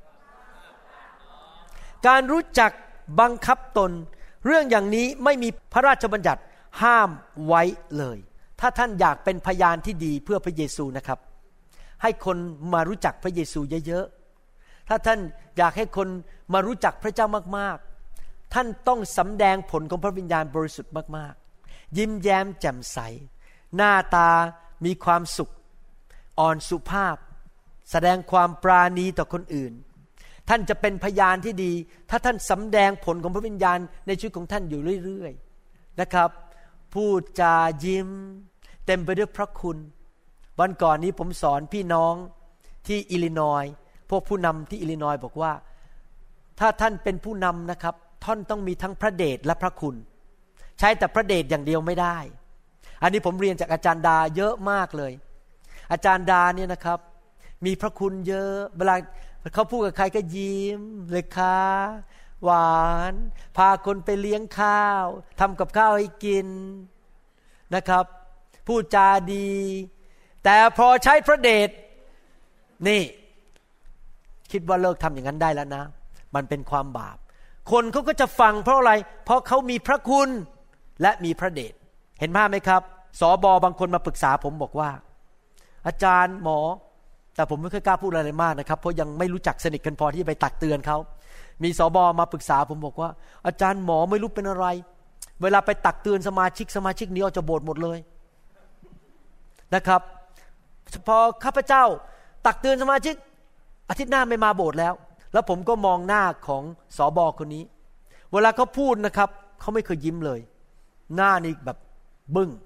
การรู้จักบังคับตนเรื่องอย่างนี้ไม่มีพระราชบัญญัติห้ามไว้เลยถ้าท่านอยากเป็นพยานที่ดีเพื่อพระเยซูนะครับให้คนมารู้จักพระเยซูเยอะๆถ้าท่านอยากให้คนมารู้จักพระเจ้ามากๆท่านต้องสำแดงผลของพระวิญญาณบริสุทธิ์มากๆยิ้มแย้มแจ่มใสหน้าตามีความสุขอ่อนสุภาพแสดงความปราณีต่อคนอื่นท่านจะเป็นพยานที่ดีถ้าท่านสำแดงผลของพระวิญญาณในชีวิตของท่านอยู่เรื่อยๆนะครับพูดจายิ้มเต็มไปด้วยพระคุณวันก่อนนี้ผมสอนพี่น้องที่อิลลินอยส์พวกผู้นำที่อิลลินอยส์บอกว่าถ้าท่านเป็นผู้นำนะครับท่านต้องมีทั้งพระเดชและพระคุณใช้แต่พระเดชอย่างเดียวไม่ได้อันนี้ผมเรียนจากอาจารย์ดาเยอะมากเลยอาจารย์ดาเนี่ยนะครับมีพระคุณเยอะเวลาเขาพูดกับใครก็ยิ้มเลยค่ะหวานพาคนไปเลี้ยงข้าวทำกับข้าวให้กินนะครับพูดจาดีแต่พอใช้พระเดชนี่คิดว่าเลิกทำอย่างนั้นได้แล้วนะมันเป็นความบาปคนเขาก็จะฟังเพราะอะไรเพราะเขามีพระคุณและมีพระเดชเห็นภาพไหมครับสบางคนมาปรึกษาผมบอกว่าอาจารย์หมอแต่ผมไม่ค่อยกล้าพูดอะไรมากนะครับเพราะยังไม่รู้จักสนิทกันพอที่จะไปตักเตือนเขามีสบมาปรึกษาผมบอกว่าอาจารย์หมอไม่รู้เป็นอะไรเวลาไปตักเตือนสมาชิกนี้ออกจากโบสถ์หมดเลยนะครับพอข้าพเจ้าตักเตือนสมาชิกอาทิตย์หน้าไม่มาโบสถ์แล้วผมก็มองหน้าของสบคนนี้เวลาเขาพูดนะครับเขาไม่เคยยิ้มเลยหน้านี่แบบบึ้ง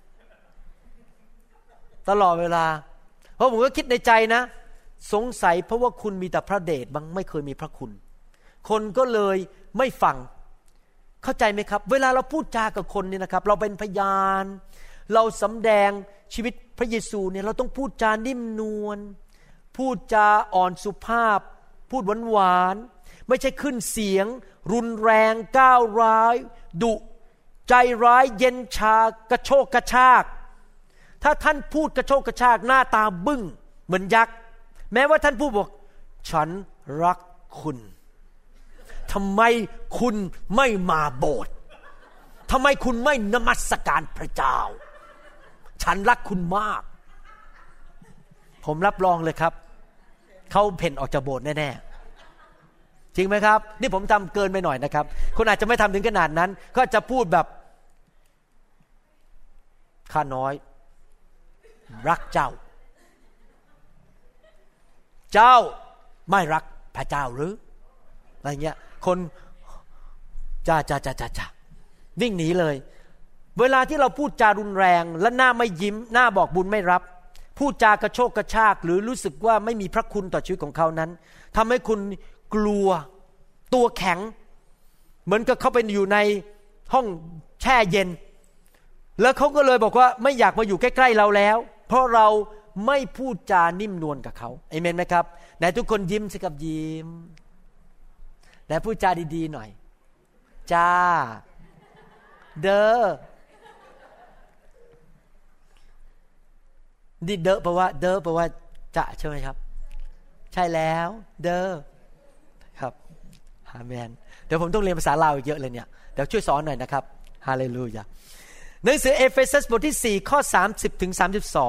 ตลอดเวลาเพราะผมก็คิดในใจนะสงสัยเพราะว่าคุณมีแต่พระเดชบ้างไม่เคยมีพระคุณคนก็เลยไม่ฟังเข้าใจไหมครับเวลาเราพูดจากับคนเนี่ยนะครับเราเป็นพยานเราสำแดงชีวิตพระเยซูเนี่ยเราต้องพูดจานิ่มนวลพูดจาอ่อนสุภาพพูดหวานๆไม่ใช่ขึ้นเสียงรุนแรงก้าวร้ายดุใจร้ายเย็นชากระโชกกระชากถ้าท่านพูดกระโชกกระชากหน้าตาบึ้งเหมือนยักษ์แม้ว่าท่านพูดบอกฉันรักคุณทำไมคุณไม่มาโบสถ์ทำไมคุณไม่นมัสการพระเจ้าฉันรักคุณมากผมรับรองเลยครับเขาเพ่นออกจากโบสถ์แน่ๆจริงไหมครับนี่ผมทำเกินไปหน่อยนะครับคุณอาจจะไม่ทำถึงขนาดนั้นก็จะพูดแบบข้าน้อยรักเจ้าไม่รักพระเจ้าหรืออะไรเงี้ยคนจ้าวิ่งหนีเลยเวลาที่เราพูดจารุนแรงและหน้าไม่ยิ้มหน้าบอกบุญไม่รับพูดจากระโชกกระชากหรือรู้สึกว่าไม่มีพระคุณต่อชีวิตของเขานั้นทำให้คุณกลัวตัวแข็งเหมือนกับเขาเป็นอยู่ในห้องแช่เย็นแล้วเขาก็เลยบอกว่าไม่อยากมาอยู่ใกล้ๆเราแล้วเพราะเราไม่พูดจานิ่มนวลกับเขาอาเมนไหมครับไหนทุกคนยิ้มสิครับยิ้มแต่พูดจาดีๆหน่อยจ้าเด้อนี่เด้อแปลว่าจะใช่ไหมครับใช่แล้วเด้อครับอาเมนเดี๋ยวผมต้องเรียนภาษาลาวอีกเยอะเลยเนี่ยเดี๋ยวช่วยสอนหน่อยนะครับฮาเลลูยาหนังสือเอเฟซัสบทที่4ข้อ30ถึง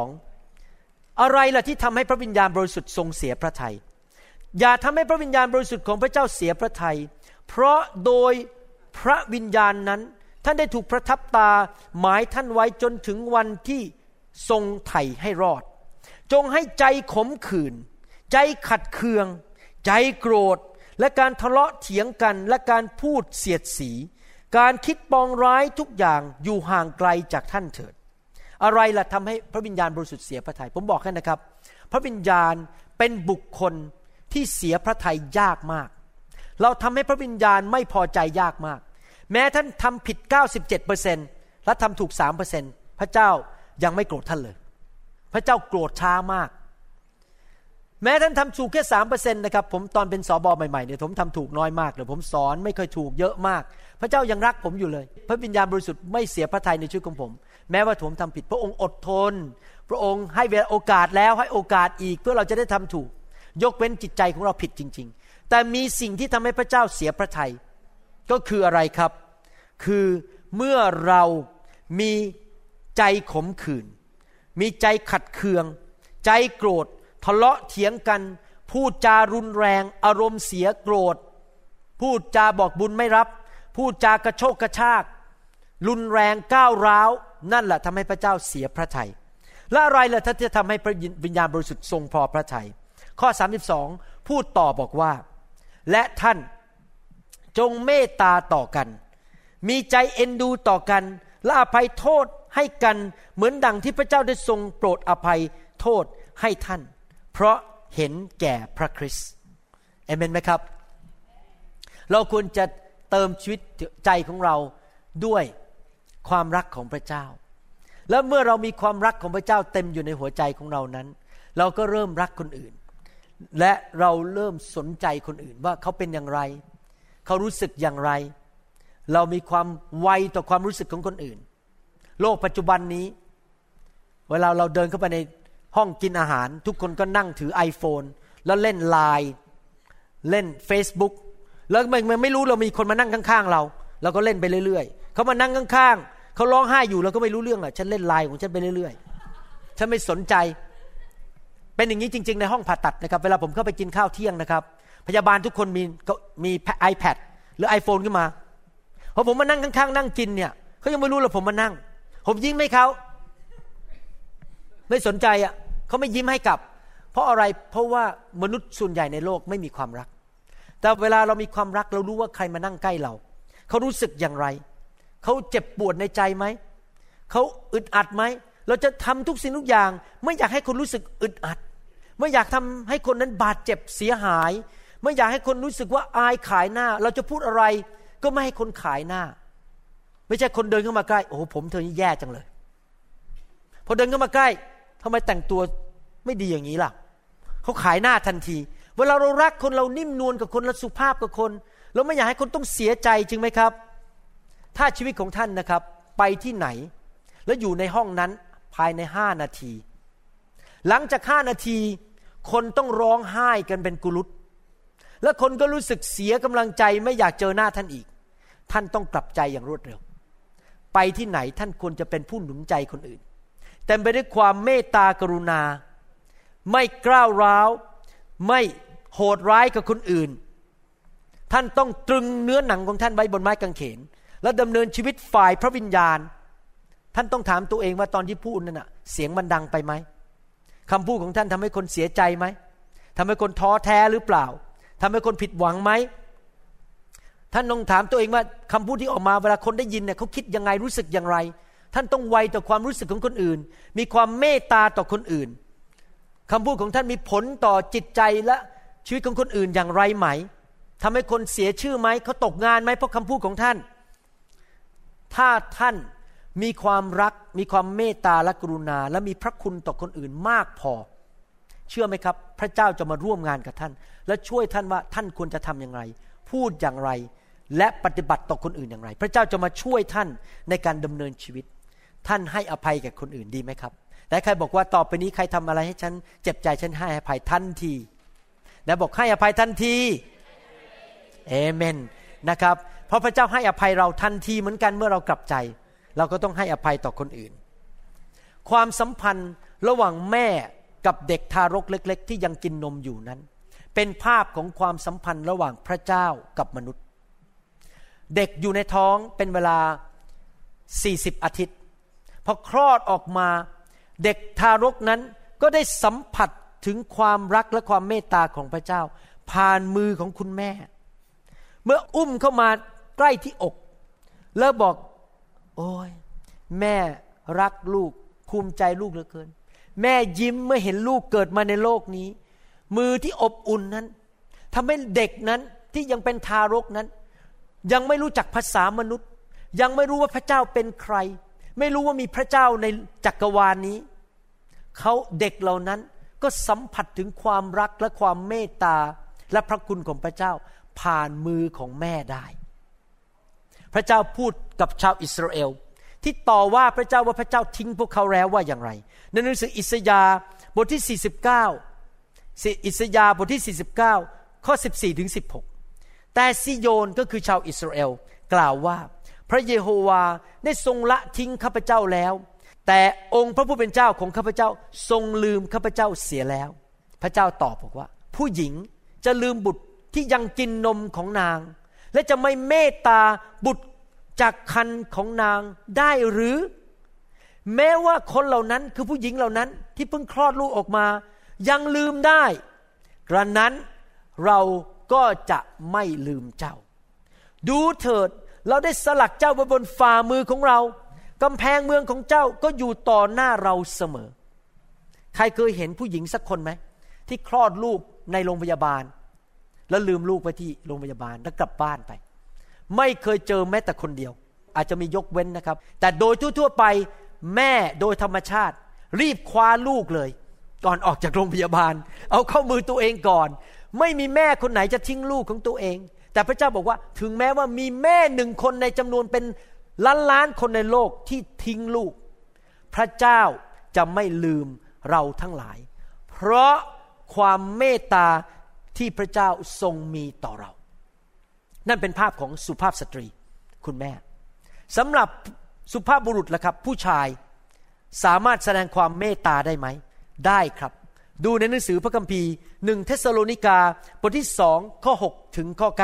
32อะไรล่ะที่ทำให้พระวิญญาณบริสุทธิ์ทรงเสียพระทัยอย่าทำให้พระวิญญาณบริสุทธิ์ของพระเจ้าเสียพระทัยเพราะโดยพระวิญญาณนั้นท่านได้ถูกประทับตาหมายท่านไว้จนถึงวันที่ทรงไถ่ให้รอดจงให้ใจขมขื่นใจขัดเคืองใจโกรธและการทะเลาะเถียงกันและการพูดเสียดสีการคิดปองร้ายทุกอย่างอยู่ห่างไกลจากท่านเถิดอะไรล่ะทำให้พระวิญญาณบริสุทธิ์เสียพระทัยผมบอกให้นะครับพระวิญญาณเป็นบุคคลที่เสียพระทัยยากมากเราทำให้พระวิญญาณไม่พอใจยากมากแม้ท่านทำผิด 97% และทำถูก 3% พระเจ้ายังไม่โกรธท่านเลยพระเจ้าโกรธช้ามากแม้ท่านทำถูกแค่ 3% นะครับผมตอนเป็นสบใหม่ๆเนี่ยผมทำถูกน้อยมากเลยผมสอนไม่เคยถูกเยอะมากพระเจ้ายังรักผมอยู่เลยพระวิญญาณบริสุทธิ์ไม่เสียพระทัยในชีวิตของผมแม้ว่าผมทำผิดพระองค์อดทนพระองค์ให้โอกาสแล้วให้โอกาสอีกเพื่อเราจะได้ทำถูกยกเว้นจิตใจของเราผิดจริงๆแต่มีสิ่งที่ทำให้พระเจ้าเสียพระทัยก็คืออะไรครับคือเมื่อเรามีใจขมขื่นมีใจขัดเคืองใจโกรธทะเลาะเถียงกันพูดจารุนแรงอารมณ์เสียโกรธพูดจาบอกบุญไม่รับพูดจากระโชกกระชากรุนแรงก้าวร้าวนั่นแหละทำให้พระเจ้าเสียพระทัยและอะไรล่ะที่จะทำให้พระวิญญาณบริสุทธิ์ทรงพอพระทัยข้อ32พูดต่อบอกว่าและท่านจงเมตตาต่อกันมีใจเอ็นดูต่อกันและอภัยโทษให้กันเหมือนดังที่พระเจ้าได้ทรงโปรดอภัยโทษให้ท่านเพราะเห็นแก่พระคริสต์เอเมนไหมครับเราควรจะเติมชีวิตใจของเราด้วยความรักของพระเจ้าแล้วเมื่อเรามีความรักของพระเจ้าเต็มอยู่ในหัวใจของเรานั้นเราก็เริ่มรักคนอื่นและเราเริ่มสนใจคนอื่นว่าเขาเป็นอย่างไรเขารู้สึกอย่างไรเรามีความไวต่อความรู้สึกของคนอื่นโลกปัจจุบันนี้เวลาเราเดินเข้าไปในห้องกินอาหารทุกคนก็นั่งถือ iPhone แล้วเล่น LINE เล่น Facebook แล้วมันไม่รู้เรามีคนมานั่งข้างๆเราก็เล่นไปเรื่อยๆเขามานั่งข้างๆเขาร้องไห้อยู่เราก็ไม่รู้เรื่องอ่ะฉันเล่น LINE ของฉันไปเรื่อยๆฉันไม่สนใจเป็นอย่างนี้จริงๆในห้องผ่าตัดนะครับเวลาผมเข้าไปกินข้าวเที่ยงนะครับพยาบาลทุกคนมี iPad หรือ iPhone ขึ้นมาพอผมมานั่งข้างๆนั่งกินเนี่ยเขายังไม่รู้เลยผมมานั่งผมยิ้มให้เขาไม่สนใจอ่ะเขาไม่ยิ้มให้กลับเพราะอะไรเพราะว่ามนุษย์ส่วนใหญ่ในโลกไม่มีความรักแต่เวลาเรามีความรักเรารู้ว่าใครมานั่งใกล้เราเขารู้สึกอย่างไรเขาเจ็บปวดในใจไหมเขาอึดอัดไหมเราจะทำทุกสิ่งทุกอย่างไม่อยากให้คนรู้สึกอึดอัดไม่อยากทำให้คนนั้นบาดเจ็บเสียหายไม่อยากให้คนรู้สึกว่าอายขายหน้าเราจะพูดอะไรก็ไม่ให้คนขายหน้าไม่ใช่คนเดินเข้ามาใกล้โอ้โหผมเธอนี่แย่จังเลยพอเดินเข้ามาใกล้ทำไมแต่งตัวไม่ดีอย่างนี้ล่ะเขาขายหน้าทันทีเวลาเรารักคนเรานิ่มนวลกับคนเราสุภาพกับคนเราไม่อยากให้คนต้องเสียใจจริงไหมครับถ้าชีวิตของท่านนะครับไปที่ไหนแล้วอยู่ในห้องนั้นภายใน5 นาทีหลังจาก5 นาทีคนต้องร้องไห้กันเป็นกุลุตและคนก็รู้สึกเสียกำลังใจไม่อยากเจอหน้าท่านอีกท่านต้องกลับใจอย่างรวดเร็วไปที่ไหนท่านควรจะเป็นผู้หนุนใจคนอื่นเต็มไปด้วยความเมตตากรุณาไม่กล้าวร้าวไม่โหดร้ายกับคนอื่นท่านต้องตรึงเนื้อหนังของท่านไว้บนไม้กางเขนและดำเนินชีวิตฝ่ายพระวิญญาณท่านต้องถามตัวเองว่าตอนที่พูดนั่นน่ะเสียงมันดังไปไหมคำพูดของท่านทำให้คนเสียใจไหมทำให้คนท้อแท้หรือเปล่าทำให้คนผิดหวังไหมท่านต้องถามตัวเองว่าคำพูดที่ออกมาเวลาคนได้ยินเนี่ยเขาคิดยังไงรู้สึกอย่างไรท่านต้องไวต่อความรู้สึกของคนอื่นมีความเมตตาต่อคนอื่นคำพูดของท่านมีผลต่อจิตใจและชีวิตของคนอื่นอย่างไรไหมทำให้คนเสียชื่อไหมเขาตกงานไหมเพราะคำพูดของท่านถ้าท่านมีความรักมีความเมตตาและกรุณาและมีพระคุณต่อคนอื่นมากพอเชื่อไหมครับพระเจ้าจะมาร่วมงานกับท่านและช่วยท่านว่าท่านควรจะทำอย่างไรพูดอย่างไรและปฏิบัติต่อคนอื่นอย่างไรพระเจ้าจะมาช่วยท่านในการดำเนินชีวิตท่านให้อภัยแก่คนอื่นดีไหมครับแต่ใครบอกว่าต่อไปนี้ใครทำอะไรให้ฉันเจ็บใจฉันให้อภัยทันทีแล้วบอกให้อภัยทันทีเอเมนนะครับเพราะพระเจ้าให้อภัยเราทันทีเหมือนกันเมื่อเรากลับใจเราก็ต้องให้อภัยต่อคนอื่นความสัมพันธ์ระหว่างแม่กับเด็กทารกเล็กๆที่ยังกินนมอยู่นั้นเป็นภาพของความสัมพันธ์ระหว่างพระเจ้ากับมนุษย์เด็กอยู่ในท้องเป็นเวลา40อาทิตย์พอคลอดออกมาเด็กทารกนั้นก็ได้สัมผัสถึงความรักและความเมตตาของพระเจ้าผ่านมือของคุณแม่เมื่ออุ้มเข้ามาใกล้ที่อกแล้วบอกโอ้ยแม่รักลูกภูมิใจลูกเหลือเกินแม่ยิ้มเมื่อเห็นลูกเกิดมาในโลกนี้มือที่อบอุ่นนั้นทำให้เด็กนั้นที่ยังเป็นทารกนั้นยังไม่รู้จักภาษามนุษย์ยังไม่รู้ว่าพระเจ้าเป็นใครไม่รู้ว่ามีพระเจ้าในจักรวาลนี้เขาเด็กเหล่านั้นก็สัมผัสถึงความรักและความเมตตาและพระคุณของพระเจ้าผ่านมือของแม่ได้พระเจ้าพูดกับชาวอิสราเอลที่ต่อว่าพระเจ้าว่าพระเจ้าทิ้งพวกเขาแล้วว่าอย่างไรในหนังสืออิสยาห์บทที่49อิสยาห์บทที่49ข้อ14ถึง16แต่ซิโยนก็คือชาวอิสราเอลกล่าวว่าพระเยโฮวาได้ทรงละทิ้งข้าพเจ้าแล้วแต่องค์พระผู้เป็นเจ้าของข้าพเจ้าทรงลืมข้าพเจ้าเสียแล้วพระเจ้าตอบบอกว่าผู้หญิงจะลืมบุตรที่ยังกินนมของนางและจะไม่เมตตาบุตรจากครรภ์ของนางได้หรือแม้ว่าคนเหล่านั้นคือผู้หญิงเหล่านั้นที่เพิ่งคลอดลูกออกมายังลืมได้กระนั้นเราก็จะไม่ลืมเจ้าดูเถิดเราได้สลักเจ้าไว้บนฝ่ามือของเรากำแพงเมืองของเจ้าก็อยู่ต่อหน้าเราเสมอใครเคยเห็นผู้หญิงสักคนไหมที่คลอดลูกในโรงพยาบาลแล้วลืมลูกไว้ที่โรงพยาบาลแล้วกลับบ้านไปไม่เคยเจอแม้แต่คนเดียวอาจจะมียกเว้นนะครับแต่โดยทั่วๆไปแม่โดยธรรมชาติรีบคว้าลูกเลยก่อนออกจากโรงพยาบาลเอาเข้ามือตัวเองก่อนไม่มีแม่คนไหนจะทิ้งลูกของตัวเองแต่พระเจ้าบอกว่าถึงแม้ว่ามีแม่หนึ่งคนในจำนวนเป็นล้านๆคนในโลกที่ทิ้งลูกพระเจ้าจะไม่ลืมเราทั้งหลายเพราะความเมตตาที่พระเจ้าทรงมีต่อเรานั่นเป็นภาพของสุภาพสตรีคุณแม่สำหรับสุภาพบุรุษล่ะครับผู้ชายสามารถแสดงความเมตตาได้ไหมได้ครับดูในหนังสือพระคัมภีร์1เธสโลนิกาบทที่2ข้อ6ถึงข้อ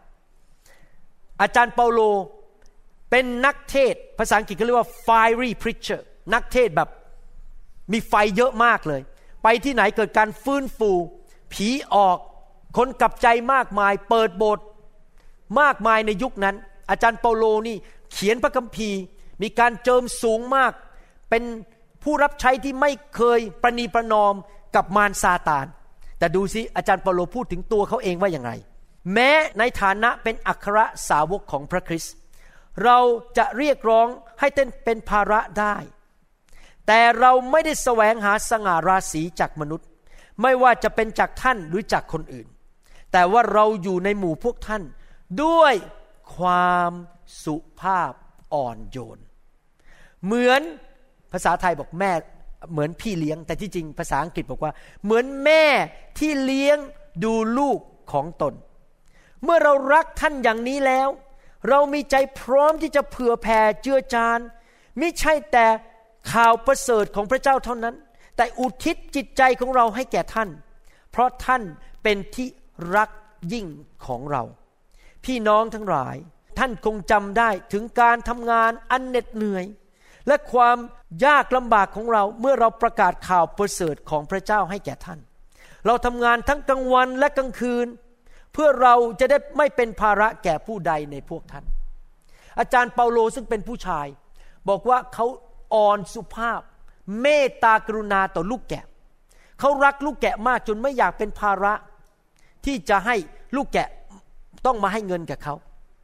9อาจารย์เปาโลเป็นนักเทศภาษาอังกฤษเขาเรียกว่า fiery preacher นักเทศแบบมีไฟเยอะมากเลยไปที่ไหนเกิดการฟื้นฟูผีออกคนกลับใจมากมายเปิดโบสถ์มากมายในยุคนั้นอาจารย์เปาโลนี่เขียนพระคัมภีร์มีการเจิมสูงมากเป็นผู้รับใช้ที่ไม่เคยประนีประนอมกับมารซาตานแต่ดูสิอาจารย์เปาโลพูดถึงตัวเขาเองว่าอย่างไรแม้ในฐานะเป็นอัครสาวกของพระคริสต์เราจะเรียกร้องให้เป็นภาระได้แต่เราไม่ได้แสวงหาสง่าราศีจากมนุษย์ไม่ว่าจะเป็นจากท่านหรือจากคนอื่นแต่ว่าเราอยู่ในหมู่พวกท่านด้วยความสุภาพอ่อนโยนเหมือนภาษาไทยบอกแม่เหมือนพี่เลี้ยงแต่ที่จริงภาษาอังกฤษบอกว่าเหมือนแม่ที่เลี้ยงดูลูกของตนเมื่อเรารักท่านอย่างนี้แล้วเรามีใจพร้อมที่จะเผื่อแผ่เจือจานมิใช่แต่ข่าวประเสริฐของพระเจ้าเท่านั้นแต่อุทิศจิตใจของเราให้แก่ท่านเพราะท่านเป็นที่รักยิ่งของเราพี่น้องทั้งหลายท่านคงจำได้ถึงการทำงานอันเหน็ดเหนื่อยและความยากลำบากของเราเมื่อเราประกาศข่าวประเสริฐของพระเจ้าให้แก่ท่านเราทำงานทั้งกลางวันและกลางคืนเพื่อเราจะได้ไม่เป็นภาระแก่ผู้ใดในพวกท่านอาจารย์เปาโลซึ่งเป็นผู้ชายบอกว่าเขาอ่อนสุภาพเมตตากรุณาต่อลูกแกะเขารักลูกแกะมากจนไม่อยากเป็นภาระที่จะให้ลูกแกะต้องมาให้เงินกับเขา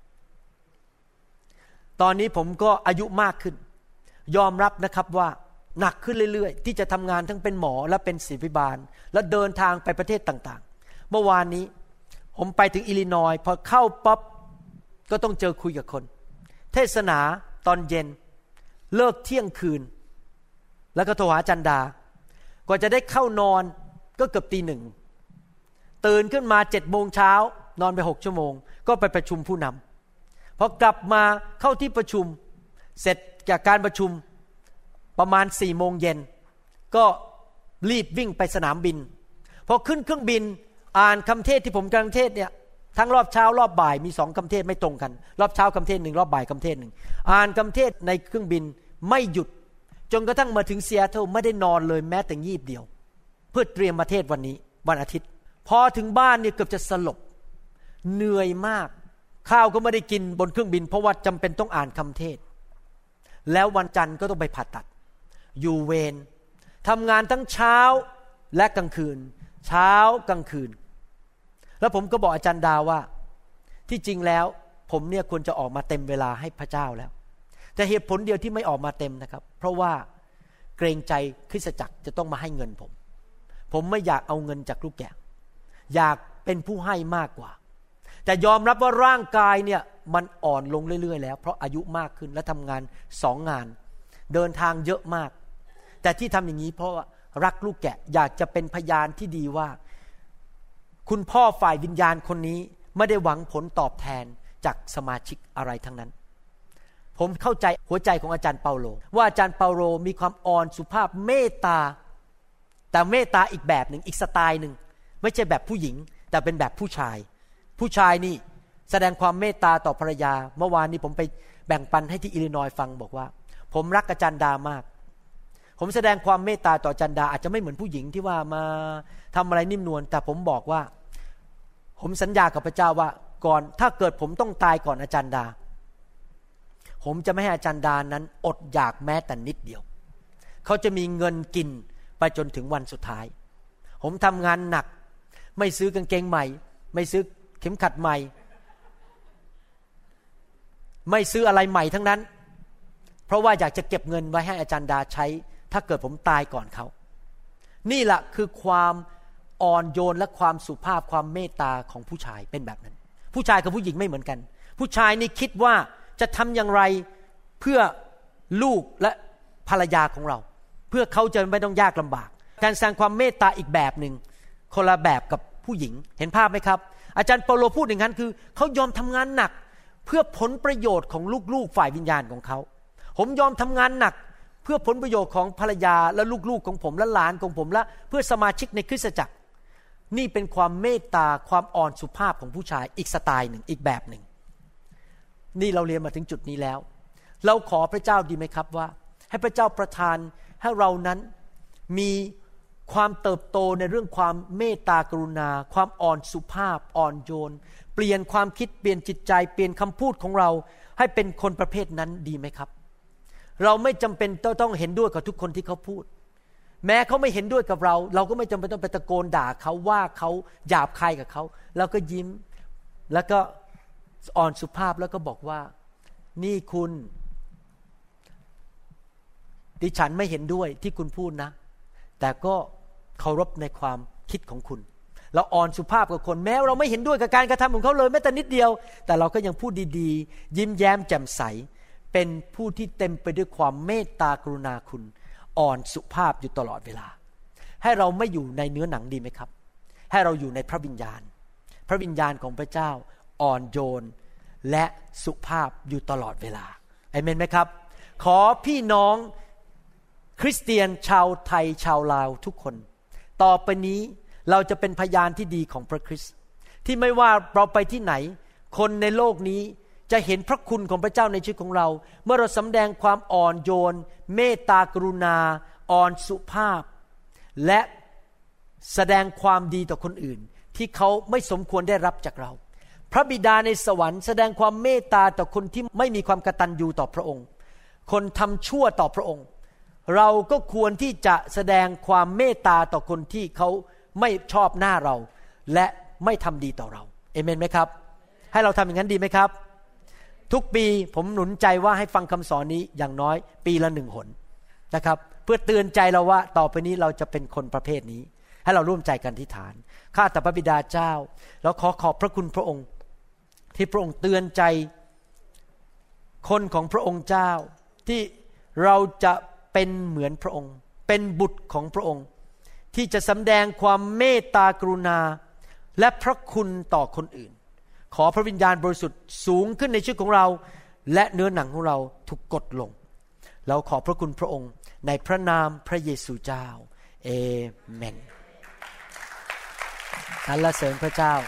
ตอนนี้ผมก็อายุมากขึ้นยอมรับนะครับว่าหนักขึ้นเรื่อยๆที่จะทำงานทั้งเป็นหมอและเป็นศิริบาลและเดินทางไปประเทศต่างๆเมื่อวานนี้ผมไปถึงอิลลินอยส์พอเข้าปั๊บก็ต้องเจอคุยกับคนเทศนาตอนเย็นเลิกเที่ยงคืนแล้วก็โทรหาจันดากว่าจะได้เข้านอนก็เกือบตี 1ตื่นขึ้นมา 7:00 น.นอนไป6 ชั่วโมงก็ไปประชุมผู้นำพอกลับมาเข้าที่ประชุมเสร็จจากการประชุมประมาณ4 โมงเย็นก็รีบวิ่งไปสนามบินพอขึ้นเครื่องบินอ่านคำเทศที่ผมกำลังเทศเนี่ยทั้งรอบเช้ารอบบ่ายมี2คำเทศไม่ตรงกันรอบเช้าคำเทศ1รอบบ่ายคำเทศ1อ่านคำเทศในเครื่องบินไม่หยุดจนกระทั่งมาถึงซีแอตเทิลไม่ได้นอนเลยแม้แต่งีบเดียวเพื่อเตรียมมาเทศวันนี้วันอาทิตย์พอถึงบ้านเนี่ยเกือบจะสลบเหนื่อยมากข้าวก็ไม่ได้กินบนเครื่องบินเพราะว่าจำเป็นต้องอ่านคำเทศแล้ววันจันทร์ก็ต้องไปผ่าตัดอยู่เวรทำงานทั้งเช้าและกลางคืนเช้ากลางคืนแล้วผมก็บอกอาจารย์ดาว่าที่จริงแล้วผมเนี่ยควรจะออกมาเต็มเวลาให้พระเจ้าแล้วแต่เหตุผลเดียวที่ไม่ออกมาเต็มนะครับเพราะว่าเกรงใจคริสตจักรจะต้องมาให้เงินผมไม่อยากเอาเงินจากลูกแกะอยากเป็นผู้ให้มากกว่าแต่ยอมรับว่าร่างกายเนี่ยมันอ่อนลงเรื่อยๆแล้วเพราะอายุมากขึ้นและทำงาน2 งานเดินทางเยอะมากแต่ที่ทำอย่างนี้เพราะว่ารักลูกแกะอยากจะเป็นพยานที่ดีว่าคุณพ่อฝ่ายวิญญาณคนนี้ไม่ได้หวังผลตอบแทนจากสมาชิกอะไรทั้งนั้นผมเข้าใจหัวใจของอาจารย์เปาโลว่าอาจารย์เปาโลมีความอ่อนสุภาพเมตตาแต่เมตตาอีกแบบหนึ่งอีกสไตล์หนึ่งไม่ใช่แบบผู้หญิงแต่เป็นแบบผู้ชายนี่แสดงความเมตตาต่อภรรยาเมื่อวานนี้ผมไปแบ่งปันให้ที่อิลลินอยส์ฟังบอกว่าผมรักอาจารย์ดามากผมแสดงความเมตตาต่ออาจารย์ดาอาจจะไม่เหมือนผู้หญิงที่ว่ามาทำอะไรนิ่มนวลแต่ผมบอกว่าผมสัญญากับพระเจ้าว่าก่อนถ้าเกิดผมต้องตายก่อนอาจารย์ดาผมจะไม่ให้อาจารย์ดานั้นอดอยากแม้แต่นิดเดียวเขาจะมีเงินกินไปจนถึงวันสุดท้ายผมทำงานหนักไม่ซื้อกางเกงใหม่ไม่ซื้อเข็มขัดใหม่ไม่ซื้ออะไรใหม่ทั้งนั้นเพราะว่าอยากจะเก็บเงินไว้ให้อาจารย์ดาใช้ถ้าเกิดผมตายก่อนเขานี่แหละคือความอ่อนโยนและความสุภาพความเมตตาของผู้ชายเป็นแบบนั้นผู้ชายกับผู้หญิงไม่เหมือนกันผู้ชายนี่คิดว่าจะทำอย่างไรเพื่อลูกและภรรยาของเราเพื่อเขาจะไม่ต้องยากลำบากการแสดงความเมตตาอีกแบบนึงคนละแบบกับผู้หญิงเห็นภาพไหมครับอาจารย์เปาโลพูดอย่างนั้นคือเขายอมทำงานหนักเพื่อผลประโยชน์ของลูกๆฝ่ายวิญญาณของเขาผมยอมทำงานหนักเพื่อผลประโยชน์ของภรรยาและลูกๆของผมและหลานของผมและเพื่อสมาชิกในคริสตจักรนี่เป็นความเมตตาความอ่อนสุภาพของผู้ชายอีกสไตล์หนึ่งอีกแบบหนึ่งนี่เราเรียนมาถึงจุดนี้แล้วเราขอพระเจ้าดีไหมครับว่าให้พระเจ้าประทานให้เรานั้นมีความเติบโตในเรื่องความเมตตากรุณาความอ่อนสุภาพอ่อนโยนเปลี่ยนความคิดเปลี่ยนจิตใจเปลี่ยนคำพูดของเราให้เป็นคนประเภทนั้นดีไหมครับเราไม่จำเป็นต้องเห็นด้วยกับทุกคนที่เขาพูดแม้เขาไม่เห็นด้วยกับเราเราก็ไม่จำเป็นต้องไปตะโกนด่าเขาว่าเขาหยาบคายกับเขาเราก็ยิ้มแล้วก็อ่อนสุภาพแล้วก็บอกว่านี่คุณดิฉันไม่เห็นด้วยที่คุณพูดนะแต่ก็เคารพในความคิดของคุณเราอ่อนสุภาพกับคนแม้เราไม่เห็นด้วยกับการกระทำของเขาเลยแม้แต่นิดเดียวแต่เราก็ยังพูดดีๆยิ้มแย้มแจ่มใสเป็นผู้ที่เต็มไปด้วยความเมตตากรุณาคุณอ่อนสุภาพอยู่ตลอดเวลาให้เราไม่อยู่ในเนื้อหนังดีไหมครับให้เราอยู่ในพระวิญญาณพระวิญญาณของพระเจ้าอ่อนโยนและสุภาพอยู่ตลอดเวลาอาเมนไหมครับขอพี่น้องคริสเตียนชาวไทยชาวลาวทุกคนต่อไปนี้เราจะเป็นพยานที่ดีของพระคริสต์ที่ไม่ว่าเราไปที่ไหนคนในโลกนี้จะเห็นพระคุณของพระเจ้าในชีวิตของเราเมื่อเราสำแดงความอ่อนโยนเมตตากรุณาอ่อนสุภาพและแสดงความดีต่อคนอื่นที่เขาไม่สมควรได้รับจากเราพระบิดาในสวรรค์แสดงความเมตตาต่อคนที่ไม่มีความกตัญญูต่อพระองค์คนทำชั่วต่อพระองค์เราก็ควรที่จะแสดงความเมตตาต่อคนที่เขาไม่ชอบหน้าเราและไม่ทำดีต่อเราเอเมนไหมครับให้เราทำอย่างนั้นดีไหมครับทุกปีผมหนุนใจว่าให้ฟังคำสอนนี้อย่างน้อยปีละ1 หนนะครับเพื่อเตือนใจเราว่าต่อไปนี้เราจะเป็นคนประเภทนี้ให้เราร่วมใจกันอธิษฐานข้าแต่พระบิดาเจ้าแล้วขอขอบพระคุณพระองค์ที่พระองค์เตือนใจคนของพระองค์เจ้าที่เราจะเป็นเหมือนพระองค์เป็นบุตรของพระองค์ที่จะสำแดงความเมตตากรุณาและพระคุณต่อคนอื่นขอพระวิญญาณบริสุทธิ์สูงขึ้นในชีวิตของเราและเนื้อหนังของเราถูกกดลงเราขอบพระคุณพระองค์ในพระนามพระเยซูเจ้าเอเมนสรรเสริญพระเจ้า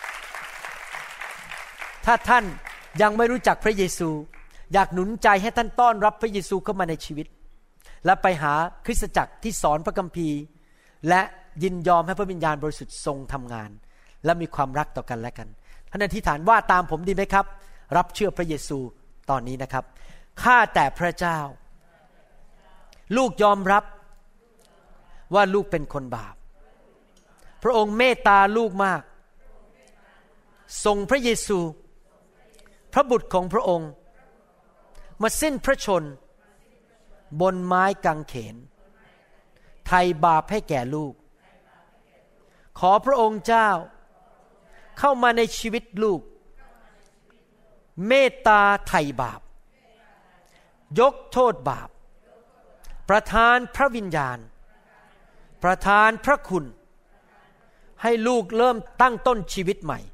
ถ้าท่านยังไม่รู้จักพระเยซูอยากหนุนใจให้ท่านต้อนรับพระเยซูเข้ามาในชีวิตและไปหาคริสตจักรที่สอนพระคัมภีร์และยินยอมให้พระวิญญาณบริสุทธิ์ทรงทำงานและมีความรักต่อกันและกันท่านอธิษฐานว่าตามผมดีไหมครับรับเชื่อพระเยซูตอนนี้นะครับข้าแต่พระเจ้าลูกยอมรับว่าลูกเป็นคนบาปพระองค์เมตตาลูกมากส่งพระเยซูพระบุตรของพระองค์มาสิ้นพระชนบนไม้กางเขนไถ่บาปให้แก่ลูกขอพระองค์เจ้าเข้ามาในชีวิตลูกเมตตาไถ่บาปยกโทษบาปประทานพระวิญญาณประทานพระคุณให้ลูกเริ่มตั้งต้นชีวิตใหม่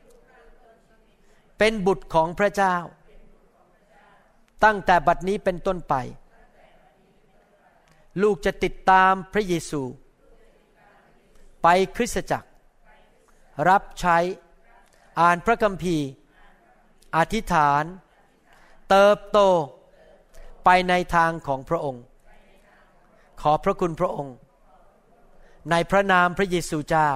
เป็นบุตรของพระเจ้าตั้งแต่บัดนี้เป็นต้นไปลูกจะติดตามพระเยซูไปคริสตจักรรับใช้อ่านพระคัมภีร์อธิษฐานเติบโตไปในทางของพระองค์ขอพระคุณพระองค์ในพระนามพระเยซูเจ้า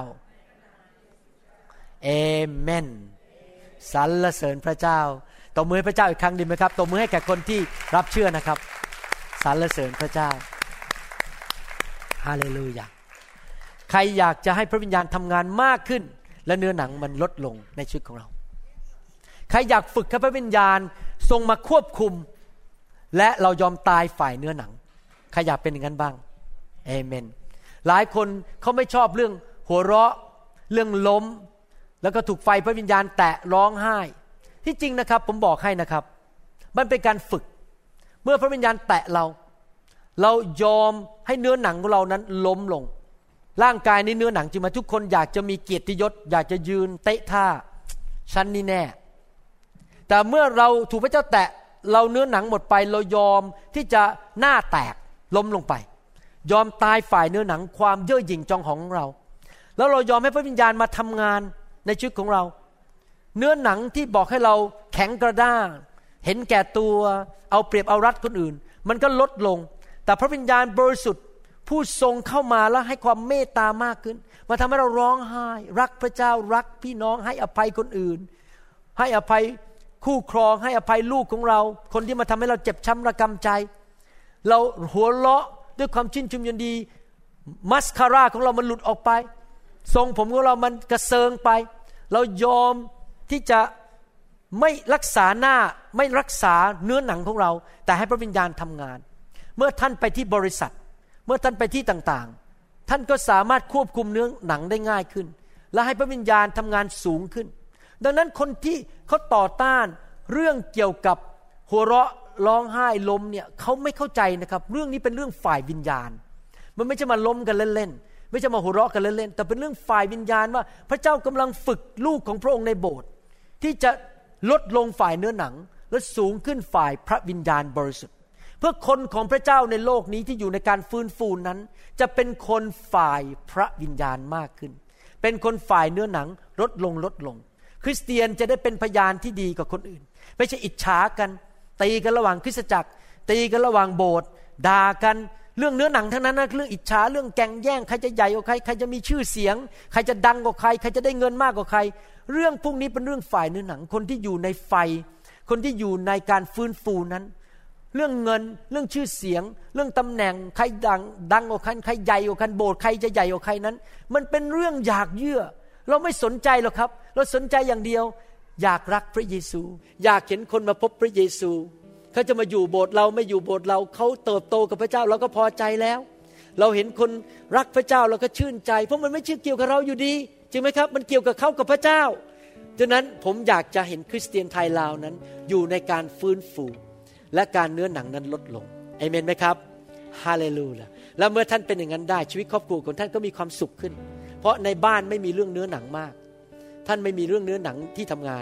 เอเมนสรรเสริญพระเจ้าตบมือให้พระเจ้าอีกครั้งดีไหมครับตบมือให้แก่คนที่รับเชื่อนะครับสรรเสริญพระเจ้าฮาเลลูยาใครอยากจะให้พระวิญญาณทำงานมากขึ้นและเนื้อหนังมันลดลงในชีวิตของเราใครอยากฝึกให้พระวิญญาณทรงมาควบคุมและเรายอมตายฝ่ายเนื้อหนังใครอยากเป็นอย่างนั้นบ้างเอเมนหลายคนเขาไม่ชอบเรื่องหัวเราะเรื่องล้มแล้วก็ถูกไฟพระวิญญาณแตะร้องไห้ที่จริงนะครับผมบอกให้นะครับมันเป็นการฝึกเมื่อพระวิญญาณแตะเรายอมให้เนื้อหนังของเรานั้นล้มลงร่างกายนี้เนื้อหนังจริงไหมทุกคนอยากจะมีเกียรติยศอยากจะยืนเตะท่าฉันนี่แน่แต่เมื่อเราถูกพระเจ้าแตะเราเนื้อหนังหมดไปเรายอมที่จะหน้าแตกล้มลงไปยอมตายฝ่ายเนื้อหนังความเย่อหยิ่งจองของเราแล้วเรายอมให้พระวิญญาณมาทำงานในชีวิตของเราเนื้อหนังที่บอกให้เราแข็งกระด้างเห็นแก่ตัวเอาเปรียบเอารัดคนอื่นมันก็ลดลงแต่พระวิญญาณบริสุทธิ์ผู้ทรงเข้ามาแล้วให้ความเมตตามากขึ้นมาทำให้เราร้องไห้รักพระเจ้ารักพี่น้องให้อภัยคนอื่นให้อภัยคู่ครองให้อภัยลูกของเราคนที่มาทำให้เราเจ็บช้ำระกำใจเราหัวเราะด้วยความชื่นชมยินดีมัสคาร่าของเรามันหลุดออกไปทรงผมของเรามันกระเซิงไปเรายอมที่จะไม่รักษาหน้าไม่รักษาเนื้อหนังของเราแต่ให้พระวิญญาณทำงานเมื่อท่านไปที่บริษัทเมื่อท่านไปที่ต่างๆท่านก็สามารถควบคุมเนื้อหนังได้ง่ายขึ้นและให้พระวิญญาณทำงานสูงขึ้นดังนั้นคนที่เขาต่อต้านเรื่องเกี่ยวกับหัวเราะร้องไห้ล้มเนี่ยเขาไม่เข้าใจนะครับเรื่องนี้เป็นเรื่องฝ่ายวิญญาณมันไม่ใช่มาล้มกันเล่นๆไม่ใช่มาหัวเราะกันเล่นๆแต่เป็นเรื่องฝ่ายวิญญาณว่าพระเจ้ากำลังฝึกลูกของพระองค์ในโบสถ์ที่จะลดลงฝ่ายเนื้อหนังและสูงขึ้นฝ่ายพระวิญญาณบริสุทธิ์เพื่อคนของพระเจ้าในโลกนี้ที่อยู่ในการฟื้นฟูนั้นจะเป็นคนฝ่ายพระวิญญาณมากขึ้นเป็นคนฝ่ายเนื้อหนังลดลงคริสเตียนจะได้เป็นพยานที่ดีกับคนอื่นไม่ใช่อิจฉากันตีกันระหว่างคริสตจักรตีกันระหว่างโบสถ์ด่ากันเรื่องเนื้อหนังทั้งนั้นนะเรื่องอิจฉาเรื่องแก่งแย่งใครจะใหญ่กว่าใครใครจะมีชื่อเสียงใครจะดังกว่าใครใครจะได้เงินมากกว่าใครเรื่องพวกนี้เป็นเรื่องฝ่ายเนื้อหนังคนที่อยู่ในไฟคนที่อยู่ในการฟื้นฟูนั้นเรื่องเงินเรื่องชื่อเสียงเรื่องตำแหน่งใครดังกว่าใครใครใหญ่กว่ากันโบสถ์ใครจะใหญ่กว่าใครนั้นมันเป็นเรื่องอยากเยื่อเราไม่สนใจหรอกครับเราสนใจอย่างเดียวอยากรักพระเยซูอยากเห็นคนมาพบพระเยซูเขาจะมาอยู่โบสถ์เราไม่อยู่โบสถ์เราเขาเติบโตกับพระเจ้าเราก็พอใจแล้วเราเห็นคนรักพระเจ้าเราก็ชื่นใจเพราะมันไม่ใช่เกี่ยวกับเราอยู่ดีจริงไหมครับมันเกี่ยวกับเขากับพระเจ้าดังนั้นผมอยากจะเห็นคริสเตียนไทยลาวนั้นอยู่ในการฟื้นฟูและการเนื้อหนังนั้นลดลงอาเมนไหมครับฮาเลลูยาแล้วเมื่อท่านเป็นอย่างนั้นได้ชีวิตครอบครัวของท่านก็มีความสุขขึ้นเพราะในบ้านไม่มีเรื่องเนื้อหนังมากท่านไม่มีเรื่องเนื้อหนังที่ทำงาน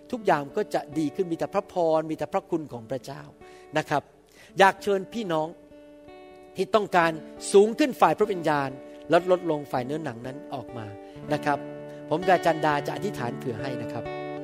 ทุกอย่างก็จะดีขึ้นมีแต่พระพรมีแต่พระคุณของพระเจ้านะครับอยากเชิญพี่น้องที่ต้องการสูงขึ้นฝ่ายพระวิญญาณลดลงฝ่ายเนื้อหนังนั้นออกมานะครับผมกับอาจารย์ดาจะอธิษฐานเผื่อให้นะครับ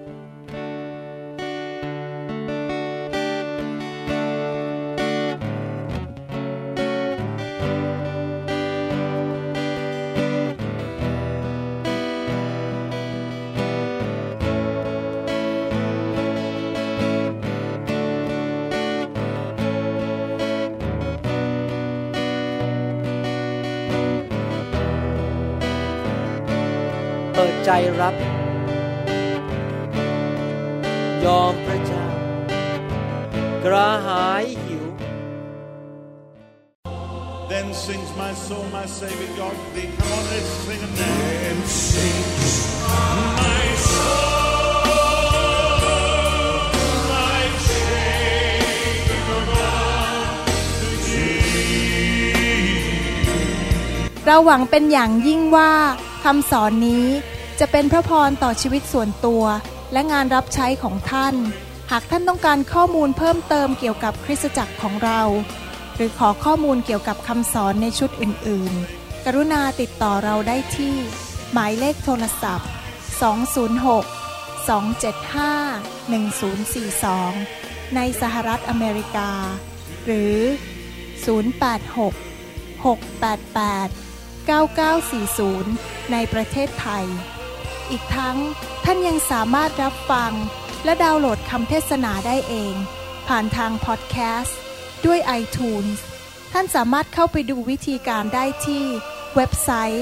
เปิดใจรับยอมพระเจ้ากระหายหิว Then sings my soul, my Savior God to thee. Come on, let's sing it now. Then sings my soul, my Savior God to thee. เราหวังเป็นอย่างยิ่งว่าคำสอนนี้จะเป็นพระพรต่อชีวิตส่วนตัวและงานรับใช้ของท่านหากท่านต้องการข้อมูลเพิ่มเติมเกี่ยวกับคริสตจักรของเราหรือขอข้อมูลเกี่ยวกับคำสอนในชุดอื่นๆกรุณาติดต่อเราได้ที่หมายเลขโทรศัพท์206-275-1042ในสหรัฐอเมริกาหรือ086-688-9940ในประเทศไทยอีกทั้งท่านยังสามารถรับฟังและดาวน์โหลดคำเทศนาได้เองผ่านทางพอดแคสต์ด้วย iTunes ท่านสามารถเข้าไปดูวิธีการได้ที่เว็บไซต์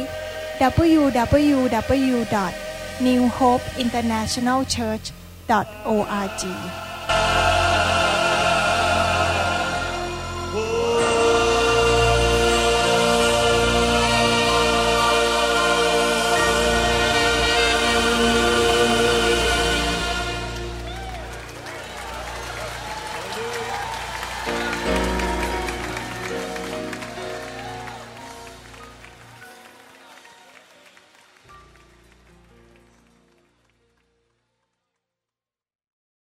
www.newhopeinternationalchurch.org